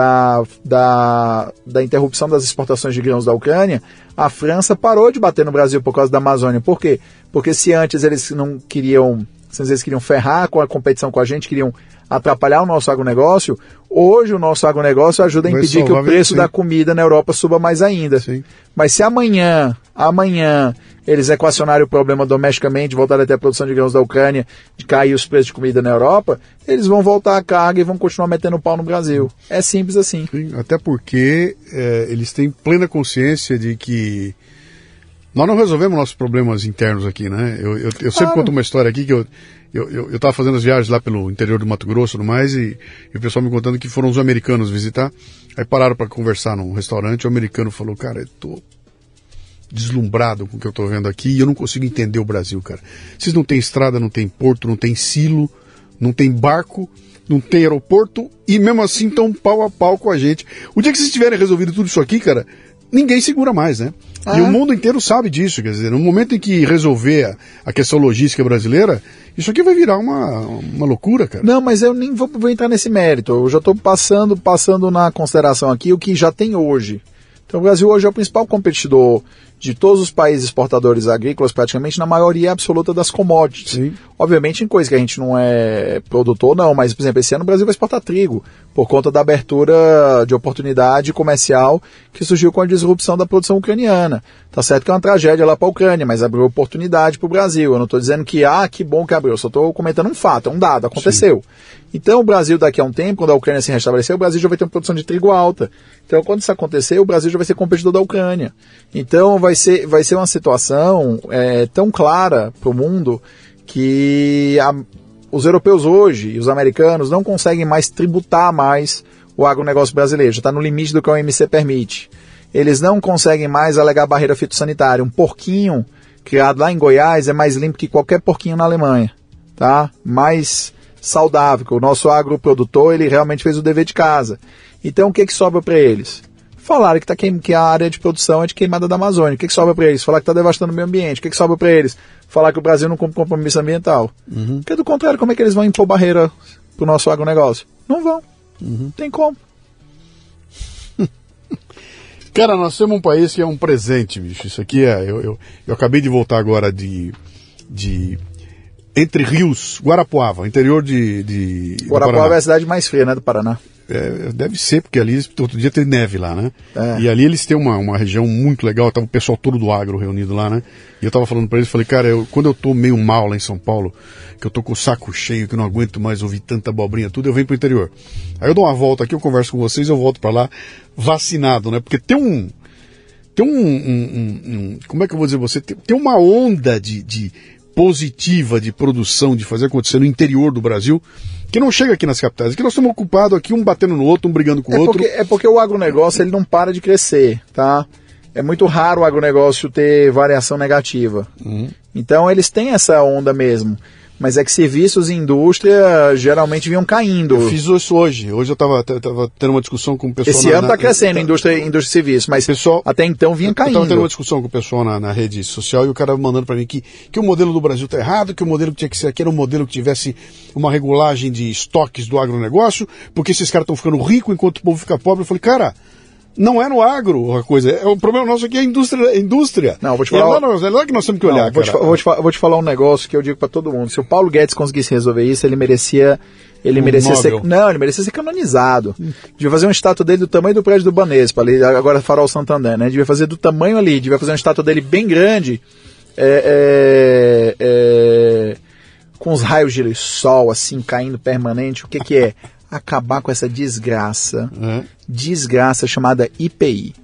Speaker 2: da interrupção das exportações de grãos da Ucrânia, a França parou de bater no Brasil por causa da Amazônia. Por quê? Porque se antes eles não queriam, se eles queriam ferrar com a competição com a gente, queriam atrapalhar o nosso agronegócio, hoje o nosso agronegócio ajuda a impedir que o preço da comida na Europa suba mais ainda. Sim. Mas se amanhã eles equacionarem o problema domesticamente, voltarem até a produção de grãos da Ucrânia, de cair os preços de comida na Europa, eles vão voltar à carga e vão continuar metendo pau no Brasil. É simples assim.
Speaker 1: Sim, até porque eles têm plena consciência de que nós não resolvemos nossos problemas internos aqui, né? Eu sempre conto uma história aqui que eu estava fazendo as viagens lá pelo interior do Mato Grosso e tudo mais, e o pessoal me contando que foram os americanos visitar, aí pararam para conversar num restaurante, o americano falou, cara, eu tô deslumbrado com o que eu tô vendo aqui e eu não consigo entender o Brasil, cara. Vocês não tem estrada, não tem porto, não tem silo, não tem barco, não tem aeroporto e mesmo assim estão pau a pau com a gente. O dia que vocês tiverem resolvido tudo isso aqui, cara, ninguém segura mais, né? E o mundo inteiro sabe disso, quer dizer, no momento em que resolver a questão logística brasileira, isso aqui vai virar uma loucura, cara.
Speaker 2: Não, mas eu nem vou entrar nesse mérito, eu já estou passando na consideração aqui o que já tem hoje. Então o Brasil hoje é o principal competidor de todos os países exportadores agrícolas, praticamente na maioria absoluta das commodities. Sim. Obviamente em coisas que a gente não é produtor, não, mas, por exemplo, esse ano o Brasil vai exportar trigo, por conta da abertura de oportunidade comercial que surgiu com a disrupção da produção ucraniana. Tá certo que é uma tragédia lá para a Ucrânia, mas abriu oportunidade para o Brasil. Eu não estou dizendo que, que bom que abriu, eu só estou comentando um fato, é um dado, aconteceu. Sim. Então o Brasil daqui a um tempo, quando a Ucrânia se restabelecer, o Brasil já vai ter uma produção de trigo alta. Então quando isso acontecer, o Brasil já vai ser competidor da Ucrânia. Então vai ser uma situação tão clara para o mundo que os europeus hoje e os americanos não conseguem mais tributar mais o agronegócio brasileiro, já está no limite do que a OMC permite. Eles não conseguem mais alegar barreira fitossanitária. Um porquinho criado lá em Goiás é mais limpo que qualquer porquinho na Alemanha, tá? Mais saudável, o nosso agroprodutor ele realmente fez o dever de casa. Então o que sobra para eles? Falaram que a área de produção é de queimada da Amazônia. O que sobra para eles? Falar que está devastando o meio ambiente. O que sobra para eles? Falar que o Brasil não cumpre compromisso ambiental. Porque do contrário, como é que eles vão impor barreira para o nosso agronegócio? Não vão. Tem como.
Speaker 1: Cara, nós temos um país que é um presente, bicho. Isso aqui eu acabei de voltar agora de Entre Rios, Guarapuava, interior de
Speaker 2: Guarapuava é a cidade mais fria, né, do Paraná.
Speaker 1: Deve ser, porque ali outro dia teve neve lá, né? E ali eles têm uma região muito legal, tava o pessoal todo do agro reunido lá, né? E eu tava falando pra eles, falei, cara, quando eu tô meio mal lá em São Paulo, que eu tô com o saco cheio, que eu não aguento mais ouvir tanta abobrinha, tudo, eu venho pro interior. Aí eu dou uma volta aqui, eu converso com vocês, eu volto pra lá vacinado, né? Porque tem como é que eu vou dizer você? Tem uma onda de positiva de produção, de fazer acontecer no interior do Brasil, que não chega aqui nas capitais. Aqui nós estamos ocupados aqui, um batendo no outro, um brigando com o outro.
Speaker 2: Porque o agronegócio ele não para de crescer, tá? É muito raro o agronegócio ter variação negativa. Então eles têm essa onda mesmo. Mas é que serviços e indústria geralmente vinham caindo.
Speaker 1: Eu fiz isso hoje. Hoje eu estava tendo uma discussão com o pessoal...
Speaker 2: Esse ano está crescendo indústria e serviços, mas até então vinha caindo.
Speaker 1: Eu estava tendo uma discussão com o pessoal na rede social e o cara mandando para mim que o modelo do Brasil está errado, que o modelo que tinha que ser aqui era um modelo que tivesse uma regulagem de estoques do agronegócio, porque esses caras estão ficando ricos enquanto o povo fica pobre. Eu falei, cara... Não é no agro a coisa, o problema nosso aqui é a indústria.
Speaker 2: Não, vou te falar.
Speaker 1: É lá que nós temos que olhar.
Speaker 2: Vou te falar um negócio que eu digo para todo mundo. Se o Paulo Guedes conseguisse resolver isso, ele merecia ser. Não, ele merecia ser canonizado. Devia fazer uma estátua dele do tamanho do prédio do Banespa, ali, agora Farol Santander, né? Devia fazer do tamanho ali, devia fazer uma estátua dele bem grande, com os raios de sol, assim, caindo permanente. O que é? Acabar com essa desgraça chamada IPI.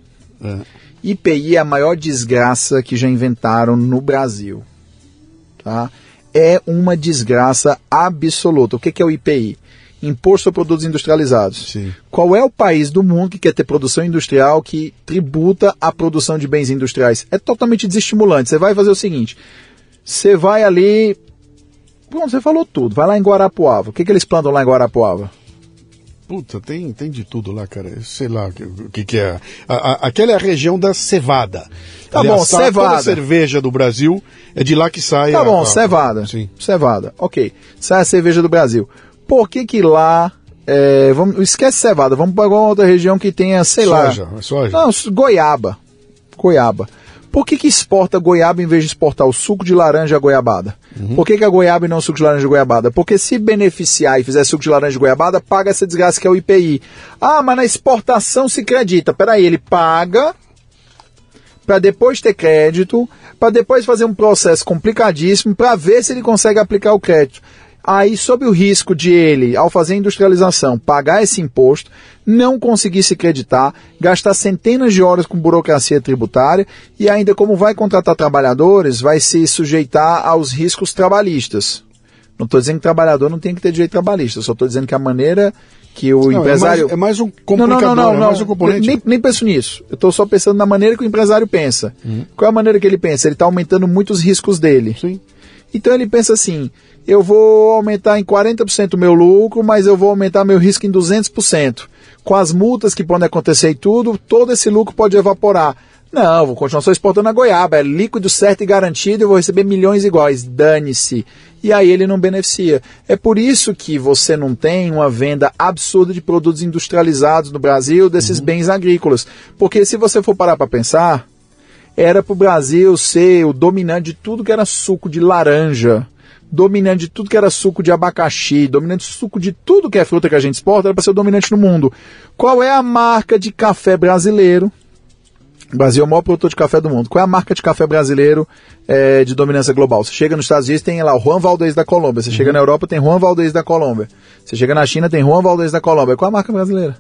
Speaker 2: IPI é a maior desgraça que já inventaram no Brasil. Tá? É uma desgraça absoluta. O que é o IPI? Imposto sobre produtos industrializados.
Speaker 1: Sim.
Speaker 2: Qual é o país do mundo que quer ter produção industrial que tributa a produção de bens industriais? É totalmente desestimulante. Você vai fazer o seguinte, você vai ali... Bom, você falou tudo. Vai lá em Guarapuava. O que eles plantam lá em Guarapuava?
Speaker 1: Puta, tem de tudo lá, cara. Sei lá o que é. Aquela é a região da cevada.
Speaker 2: Tá bom, cevada.
Speaker 1: Toda a cerveja do Brasil é de lá que sai.
Speaker 2: Tá bom, cevada.
Speaker 1: Sim.
Speaker 2: Cevada, ok. Sai a cerveja do Brasil. Por que lá... esquece cevada, vamos para alguma outra região que tenha,
Speaker 1: soja.
Speaker 2: Não, goiaba. Por que exporta goiaba em vez de exportar o suco de laranja e a goiabada? Por que a goiaba e não o suco de laranja e goiabada? Porque se beneficiar e fizer suco de laranja e goiabada, paga essa desgraça que é o IPI. Ah, mas na exportação se acredita. Peraí, ele paga para depois ter crédito, para depois fazer um processo complicadíssimo para ver se ele consegue aplicar o crédito. Aí, sob o risco de ele, ao fazer a industrialização, pagar esse imposto, não conseguir se creditar, gastar centenas de horas com burocracia tributária e ainda, como vai contratar trabalhadores, vai se sujeitar aos riscos trabalhistas. Não estou dizendo que trabalhador não tem que ter direito trabalhista, só estou dizendo que a maneira que o empresário...
Speaker 1: É mais um complicador,
Speaker 2: não,
Speaker 1: é mais um componente.
Speaker 2: Nem penso nisso. Eu estou só pensando na maneira que o empresário pensa. Qual é a maneira que ele pensa? Ele está aumentando muito os riscos dele.
Speaker 1: Sim.
Speaker 2: Então ele pensa assim, eu vou aumentar em 40% o meu lucro, mas eu vou aumentar meu risco em 200%. Com as multas que podem acontecer e tudo, todo esse lucro pode evaporar. Não, vou continuar só exportando a goiaba, é líquido certo e garantido, eu vou receber milhões iguais, dane-se. E aí ele não beneficia. É por isso que você não tem uma venda absurda de produtos industrializados no Brasil, desses bens agrícolas. Porque se você for parar para pensar, era para o Brasil ser o dominante de tudo que era suco de laranja, dominante de tudo que era suco de abacaxi, dominante de suco de tudo que é fruta que a gente exporta, era para ser o dominante no mundo. Qual é a marca de café brasileiro? O Brasil é o maior produtor de café do mundo. Qual é a marca de café brasileiro de dominância global? Você chega nos Estados Unidos, tem lá o Juan Valdez da Colômbia. Você chega na Europa, tem Juan Valdez da Colômbia. Você chega na China, tem Juan Valdez da Colômbia. Qual é a marca brasileira?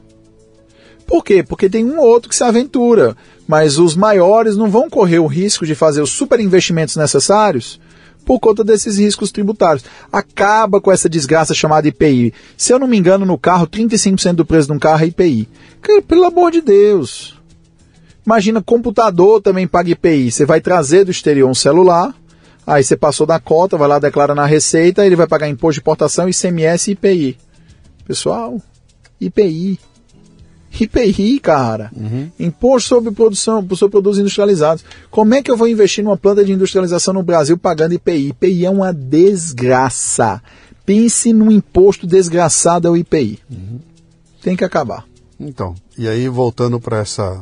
Speaker 2: Por quê? Porque tem um ou outro que se aventura. Mas os maiores não vão correr o risco de fazer os super investimentos necessários por conta desses riscos tributários. Acaba com essa desgraça chamada IPI. Se eu não me engano, no carro, 35% do preço de um carro é IPI. Cara, pelo amor de Deus. Imagina, computador também paga IPI. Você vai trazer do exterior um celular, aí você passou da cota, vai lá, declara na Receita, ele vai pagar imposto de importação, ICMS e IPI. Pessoal, IPI. IPI, cara. Imposto sobre produção, sobre produtos industrializados. Como é que eu vou investir numa planta de industrialização no Brasil pagando IPI? IPI é uma desgraça. Pense num imposto desgraçado ao IPI. Tem que acabar.
Speaker 1: Então, e aí voltando para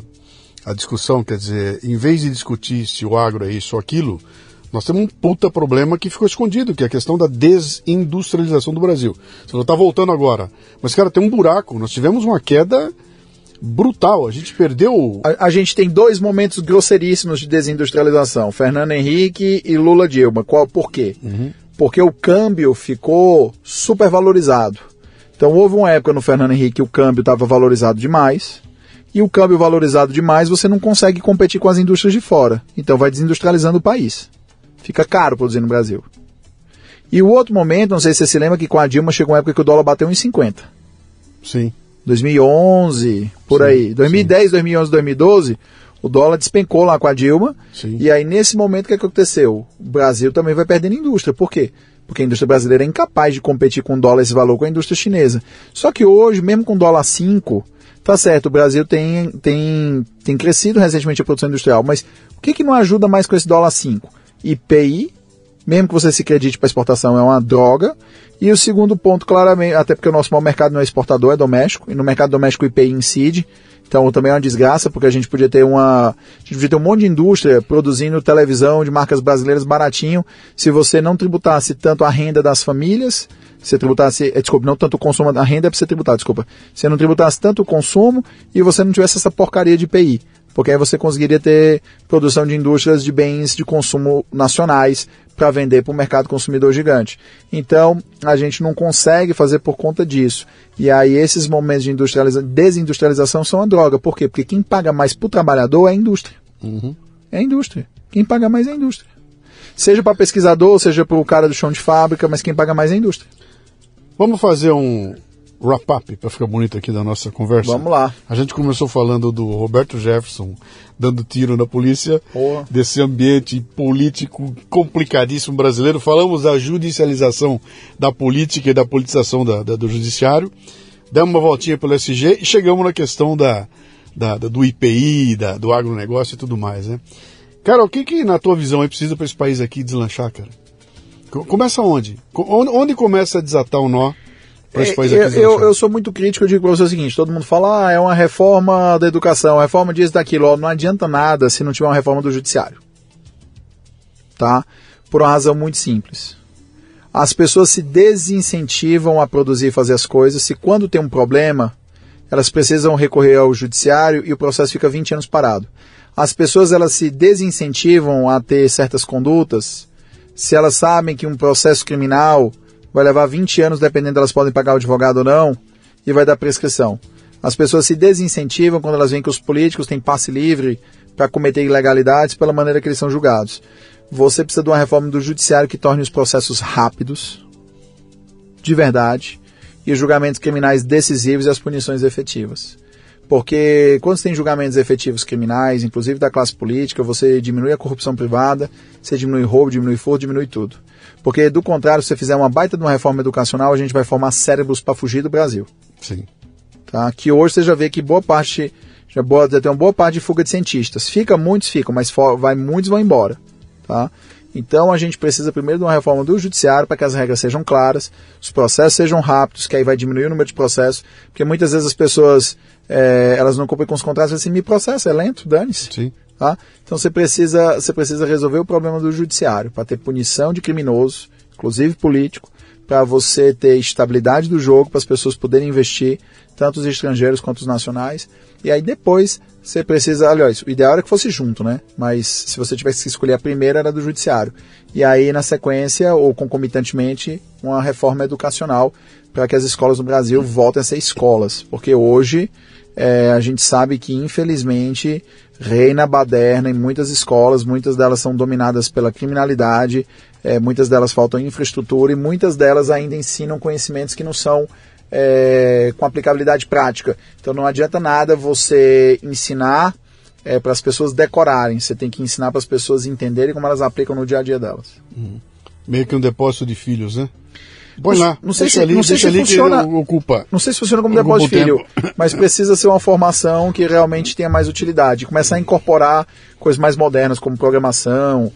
Speaker 1: a discussão, quer dizer, em vez de discutir se o agro é isso ou aquilo, nós temos um puta problema que ficou escondido, que é a questão da desindustrialização do Brasil. Você não está voltando agora. Mas, cara, tem um buraco. Nós tivemos uma queda brutal. A gente perdeu...
Speaker 2: A gente tem dois momentos grosseiríssimos de desindustrialização. Fernando Henrique e Lula Dilma. Por quê? Porque o câmbio ficou super valorizado. Então, houve uma época no Fernando Henrique que o câmbio estava valorizado demais. E o câmbio valorizado demais, você não consegue competir com as indústrias de fora. Então, vai desindustrializando o país. Fica caro produzir no Brasil. E o outro momento, não sei se você se lembra, que com a Dilma chegou uma época que o dólar bateu 1,50.
Speaker 1: Sim.
Speaker 2: 2011, por aí. 2010, 2011, 2012, o dólar despencou lá com a Dilma.
Speaker 1: Sim.
Speaker 2: E aí, nesse momento, o que aconteceu? O Brasil também vai perdendo indústria. Por quê? porque a indústria brasileira é incapaz de competir com dólar esse valor com a indústria chinesa. Só que hoje, mesmo com dólar 5, tá certo, o Brasil tem crescido recentemente a produção industrial, mas o que não ajuda mais com esse dólar 5? IPI, mesmo que você se acredite para exportação, é uma droga. E o segundo ponto, claramente, até porque o nosso maior mercado não é exportador, é doméstico, e no mercado doméstico o IPI incide, então também é uma desgraça, porque a gente podia ter um monte de indústria produzindo televisão de marcas brasileiras baratinho, se você não tributasse tanto a renda das famílias, se tributasse, não tanto o consumo, a renda é para você tributar, se não tributasse tanto o consumo e você não tivesse essa porcaria de IPI, porque aí você conseguiria ter produção de indústrias de bens de consumo nacionais para vender para o mercado consumidor gigante. Então, a gente não consegue fazer por conta disso. E aí, esses momentos de desindustrialização são uma droga. Por quê? Porque quem paga mais para o trabalhador é a indústria.
Speaker 1: Uhum.
Speaker 2: É a indústria. Quem paga mais é a indústria. Seja para pesquisador, seja para o cara do chão de fábrica, mas quem paga mais é a indústria.
Speaker 1: Vamos fazer um wrap-up para ficar bonito aqui da nossa conversa?
Speaker 2: Vamos lá.
Speaker 1: A gente começou falando do Roberto Jefferson dando tiro na polícia, desse ambiente político complicadíssimo brasileiro. Falamos da judicialização da política e da politização do judiciário. Demos uma voltinha pelo SG e chegamos na questão do IPI, do agronegócio e tudo mais, né? Cara, o que na tua visão é preciso para esse país aqui deslanchar, cara? Começa onde? Onde começa a desatar o nó?
Speaker 2: Eu sou muito crítico, eu digo para você o seguinte, todo mundo fala, é uma reforma da educação, reforma disso, daquilo, não adianta nada se não tiver uma reforma do judiciário. Tá? Por uma razão muito simples. As pessoas se desincentivam a produzir e fazer as coisas se quando tem um problema, elas precisam recorrer ao judiciário e o processo fica 20 anos parado. As pessoas elas se desincentivam a ter certas condutas se elas sabem que um processo criminal vai levar 20 anos, dependendo, elas podem pagar o advogado ou não, e vai dar prescrição. As pessoas se desincentivam quando elas veem que os políticos têm passe livre para cometer ilegalidades pela maneira que eles são julgados. Você precisa de uma reforma do judiciário que torne os processos rápidos, de verdade, e os julgamentos criminais decisivos e as punições efetivas. Porque quando você tem julgamentos efetivos criminais, inclusive da classe política, você diminui a corrupção privada, você diminui roubo, diminui furto, diminui tudo. Porque, do contrário, se você fizer uma baita de uma reforma educacional, a gente vai formar cérebros para fugir do Brasil.
Speaker 1: Sim.
Speaker 2: Tá? Que hoje você já vê que já tem uma boa parte de fuga de cientistas. Muitos ficam, mas muitos vão embora. Tá? Então a gente precisa primeiro de uma reforma do judiciário para que as regras sejam claras, os processos sejam rápidos, que aí vai diminuir o número de processos, porque muitas vezes as pessoas elas não cumprem com os contratos, assim, me processa, é lento, dane-se.
Speaker 1: Sim.
Speaker 2: Tá? Então você precisa resolver o problema do judiciário, para ter punição de criminosos, inclusive político, para você ter estabilidade do jogo, para as pessoas poderem investir, tanto os estrangeiros quanto os nacionais, e aí depois você precisa, aliás, o ideal era que fosse junto, né? Mas se você tivesse que escolher a primeira, era do judiciário. E aí, na sequência, ou concomitantemente, uma reforma educacional para que as escolas no Brasil voltem a ser escolas. Porque hoje a gente sabe que, infelizmente, reina a baderna em muitas escolas, muitas delas são dominadas pela criminalidade, muitas delas faltam infraestrutura e muitas delas ainda ensinam conhecimentos que não são com aplicabilidade prática. Então não adianta nada você ensinar para as pessoas decorarem, você tem que ensinar para as pessoas entenderem como elas aplicam no dia a dia delas.
Speaker 1: Meio que um depósito de filhos, né? Põe lá,
Speaker 2: não sei se funciona, não sei se funciona como depósito de filho, mas precisa ser uma formação que realmente tenha mais utilidade, começar a incorporar coisas mais modernas como programação,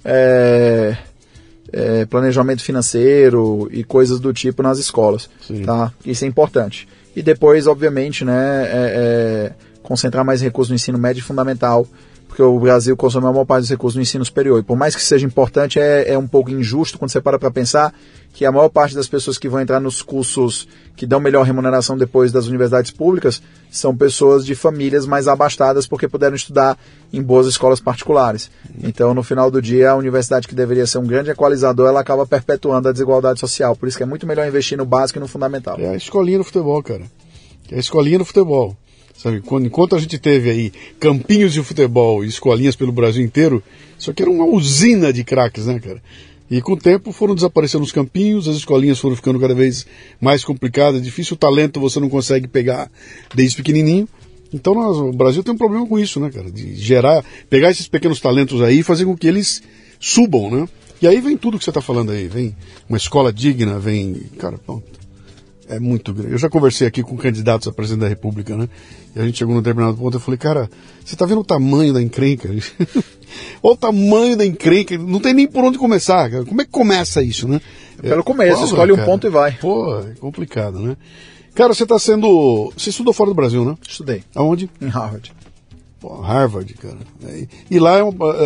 Speaker 2: planejamento financeiro e coisas do tipo nas escolas. Tá? Isso é importante. E depois, obviamente, né, concentrar mais recursos no ensino médio e fundamental, porque o Brasil consome a maior parte dos recursos no ensino superior. E por mais que seja importante, é um pouco injusto quando você para pensar que a maior parte das pessoas que vão entrar nos cursos que dão melhor remuneração depois das universidades públicas são pessoas de famílias mais abastadas porque puderam estudar em boas escolas particulares. Então, no final do dia, a universidade que deveria ser um grande equalizador, ela acaba perpetuando a desigualdade social. Por isso que é muito melhor investir no básico e no fundamental.
Speaker 1: É a escolinha do futebol, cara. É a escolinha do futebol. Sabe, enquanto a gente teve aí campinhos de futebol e escolinhas pelo Brasil inteiro, isso aqui era uma usina de craques, né, cara? E com o tempo foram desaparecendo os campinhos, as escolinhas foram ficando cada vez mais complicadas, difícil, o talento você não consegue pegar desde pequenininho. Então o Brasil tem um problema com isso, né, cara? De pegar esses pequenos talentos aí e fazer com que eles subam, né? E aí vem tudo que você está falando aí, vem uma escola digna, vem... Cara, pronto. É muito grande. Eu já conversei aqui com candidatos a presidente da República, né? E a gente chegou num determinado ponto, eu falei, cara, você tá vendo o tamanho da encrenca? Olha o tamanho da encrenca, não tem nem por onde começar, cara. Como é que começa isso, né?
Speaker 2: Pelo começo, escolhe um ponto e vai.
Speaker 1: Pô, é complicado, né? Cara, você Você estudou fora do Brasil, né?
Speaker 2: Estudei.
Speaker 1: Aonde?
Speaker 2: Em Harvard.
Speaker 1: Pô, Harvard, cara. E lá,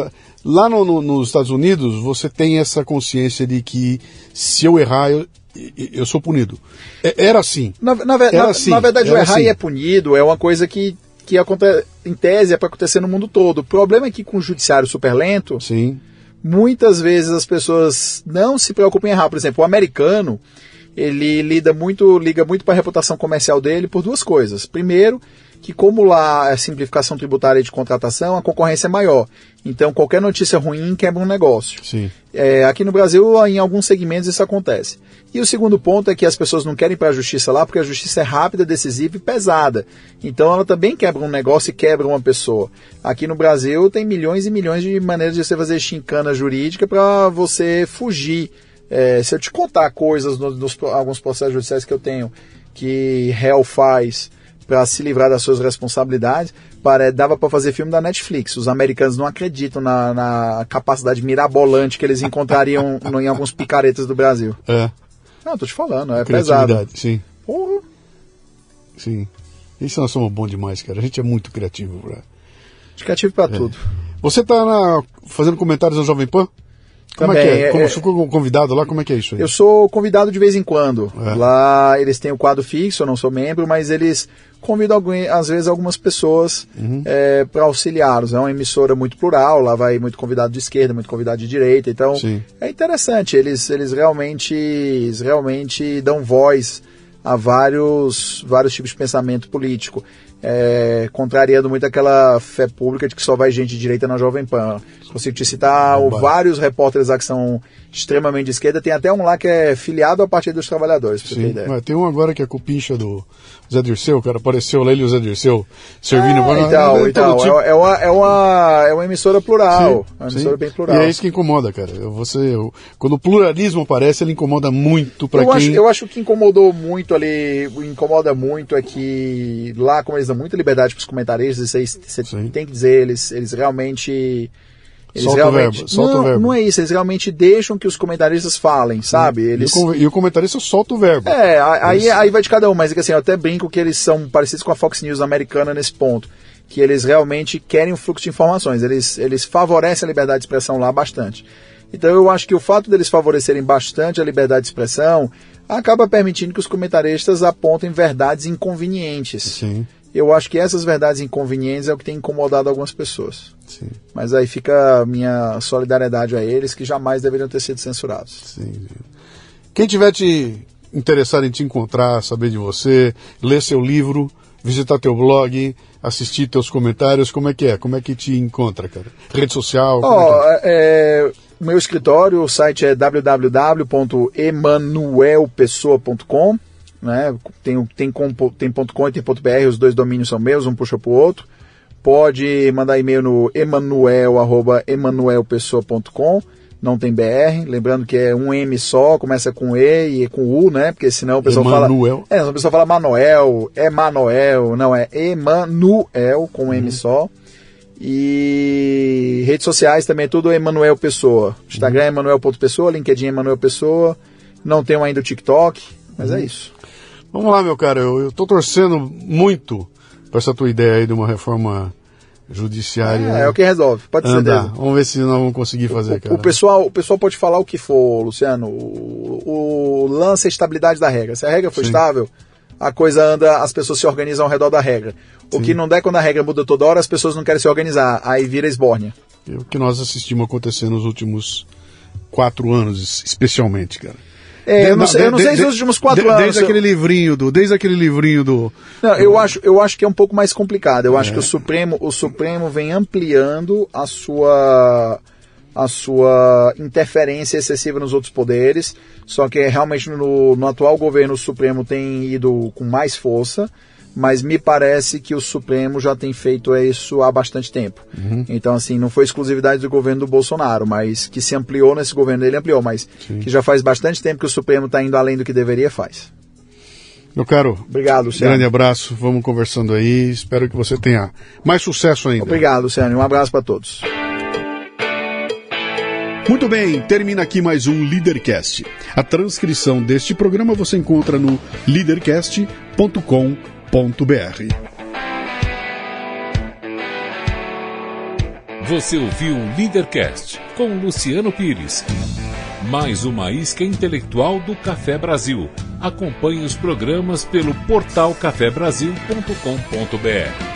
Speaker 1: lá nos Estados Unidos, você tem essa consciência de que se eu errar, eu sou punido. Era assim.
Speaker 2: Na verdade, o errar assim. E é punido é uma coisa que acontece, em tese, é para acontecer no mundo todo. O problema é que com o judiciário super lento,
Speaker 1: sim,
Speaker 2: muitas vezes as pessoas não se preocupam em errar. Por exemplo, o americano, ele liga muito para a reputação comercial dele por duas coisas. Primeiro, que como lá a simplificação tributária de contratação, a concorrência é maior. Então, qualquer notícia ruim quebra um negócio.
Speaker 1: Sim.
Speaker 2: Aqui no Brasil, em alguns segmentos, isso acontece. E o segundo ponto é que as pessoas não querem ir para a justiça lá porque a justiça é rápida, decisiva e pesada. Então, ela também quebra um negócio e quebra uma pessoa. Aqui no Brasil, tem milhões e milhões de maneiras de você fazer chincana jurídica para você fugir. Se eu te contar coisas nos alguns processos judiciais que eu tenho que réu faz para se livrar das suas responsabilidades, dava para fazer filme da Netflix. Os americanos não acreditam na capacidade mirabolante que eles encontrariam em alguns picaretas do Brasil. Não, tô te falando, é pesado.
Speaker 1: Sim.
Speaker 2: Porra.
Speaker 1: Sim. Isso nós somos bons demais, cara. A gente é muito criativo. A
Speaker 2: gente é criativo para tudo.
Speaker 1: Você tá fazendo comentários na Jovem Pan? Como
Speaker 2: também,
Speaker 1: é que é? Você ficou convidado lá? Como é que é isso aí?
Speaker 2: Eu sou convidado de vez em quando. Lá eles têm o quadro fixo, eu não sou membro, mas eles convidam às vezes algumas pessoas para auxiliá-los. É uma emissora muito plural, lá vai muito convidado de esquerda, muito convidado de direita, então sim, é interessante. Eles realmente dão voz a vários tipos de pensamento político. Contrariando muito aquela fé pública de que só vai gente de direita na Jovem Pan. Consigo te citar vários repórteres lá que são extremamente de esquerda. Tem até um lá que é filiado ao Partido dos Trabalhadores, pra você ter ideia.
Speaker 1: Tem um agora que é cupincha do Zé Dirceu, cara. Apareceu lá ele e o Zé Dirceu servindo.
Speaker 2: É uma emissora plural.
Speaker 1: Sim,
Speaker 2: é uma emissora bem plural.
Speaker 1: E é isso que incomoda, cara. Quando o pluralismo aparece, ele incomoda muito para quem...
Speaker 2: Eu acho que incomoda muito é que lá, como eles dão muita liberdade para os comentaristas, você tem que dizer, eles realmente...
Speaker 1: Solta o verbo.
Speaker 2: Não é isso, eles realmente deixam que os comentaristas falem, sabe?
Speaker 1: E o comentarista solta o verbo.
Speaker 2: Aí vai de cada um, mas assim, eu até brinco que eles são parecidos com a Fox News americana nesse ponto, que eles realmente querem um fluxo de informações, eles favorecem a liberdade de expressão lá bastante. Então eu acho que o fato deles favorecerem bastante a liberdade de expressão acaba permitindo que os comentaristas apontem verdades inconvenientes.
Speaker 1: Sim.
Speaker 2: Eu acho que essas verdades inconvenientes é o que tem incomodado algumas pessoas.
Speaker 1: Sim.
Speaker 2: Mas aí fica a minha solidariedade a eles, que jamais deveriam ter sido censurados.
Speaker 1: Sim. Quem tiver interessado em te encontrar, saber de você, ler seu livro, visitar teu blog, assistir teus comentários, como é que é? Como é que te encontra, cara? Rede social?
Speaker 2: O meu escritório, o site é www.emanuelpessoa.com. Né? Tem .com e tem .br, os dois domínios são meus, um puxa pro outro. Pode mandar e-mail no emanuel@emanuelpessoa.com. Não tem BR, lembrando que é um M só, começa com E e com U, né? Porque senão o pessoal fala Manuel, não, é Emanuel com M só. E redes sociais também, tudo Emanuel Pessoa. Instagram é Emanuel.pessoa, LinkedIn é Emanuel Pessoa. Não tenho ainda o TikTok, mas é isso.
Speaker 1: Vamos lá, meu cara, eu tô torcendo muito para essa tua ideia aí de uma reforma judiciária.
Speaker 2: É o que resolve, pode ser.
Speaker 1: Vamos ver se nós vamos conseguir fazer, cara.
Speaker 2: O pessoal pode falar o que for, Luciano. O lance é a estabilidade da regra. Se a regra for estável, a coisa anda, as pessoas se organizam ao redor da regra. O que não der quando a regra muda toda hora, as pessoas não querem se organizar, aí vira esbórnia.
Speaker 1: É o que nós assistimos acontecer nos últimos 4 anos, especialmente, cara.
Speaker 2: Eu não sei se nos últimos 4 anos...
Speaker 1: Desde aquele livrinho do...
Speaker 2: Não, eu acho que é um pouco mais complicado. Eu acho que o Supremo vem ampliando a sua interferência excessiva nos outros poderes, só que realmente no atual governo o Supremo tem ido com mais força. mas me parece que o Supremo já tem feito isso há bastante tempo. Então, assim, não foi exclusividade do governo do Bolsonaro, mas que se ampliou nesse governo dele, ampliou, mas que já faz bastante tempo que o Supremo está indo além do que deveria, faz.
Speaker 1: Meu caro,
Speaker 2: obrigado, Luciano.
Speaker 1: Grande abraço, vamos conversando aí, espero que você tenha mais sucesso ainda.
Speaker 2: Obrigado, Luciano, um abraço para todos.
Speaker 1: Muito bem, termina aqui mais um Leadercast. A transcrição deste programa você encontra no leadercast.com.br.
Speaker 3: Você ouviu o Leadercast com Luciano Pires. Mais uma isca intelectual do Café Brasil. Acompanhe os programas pelo portal cafebrasil.com.br.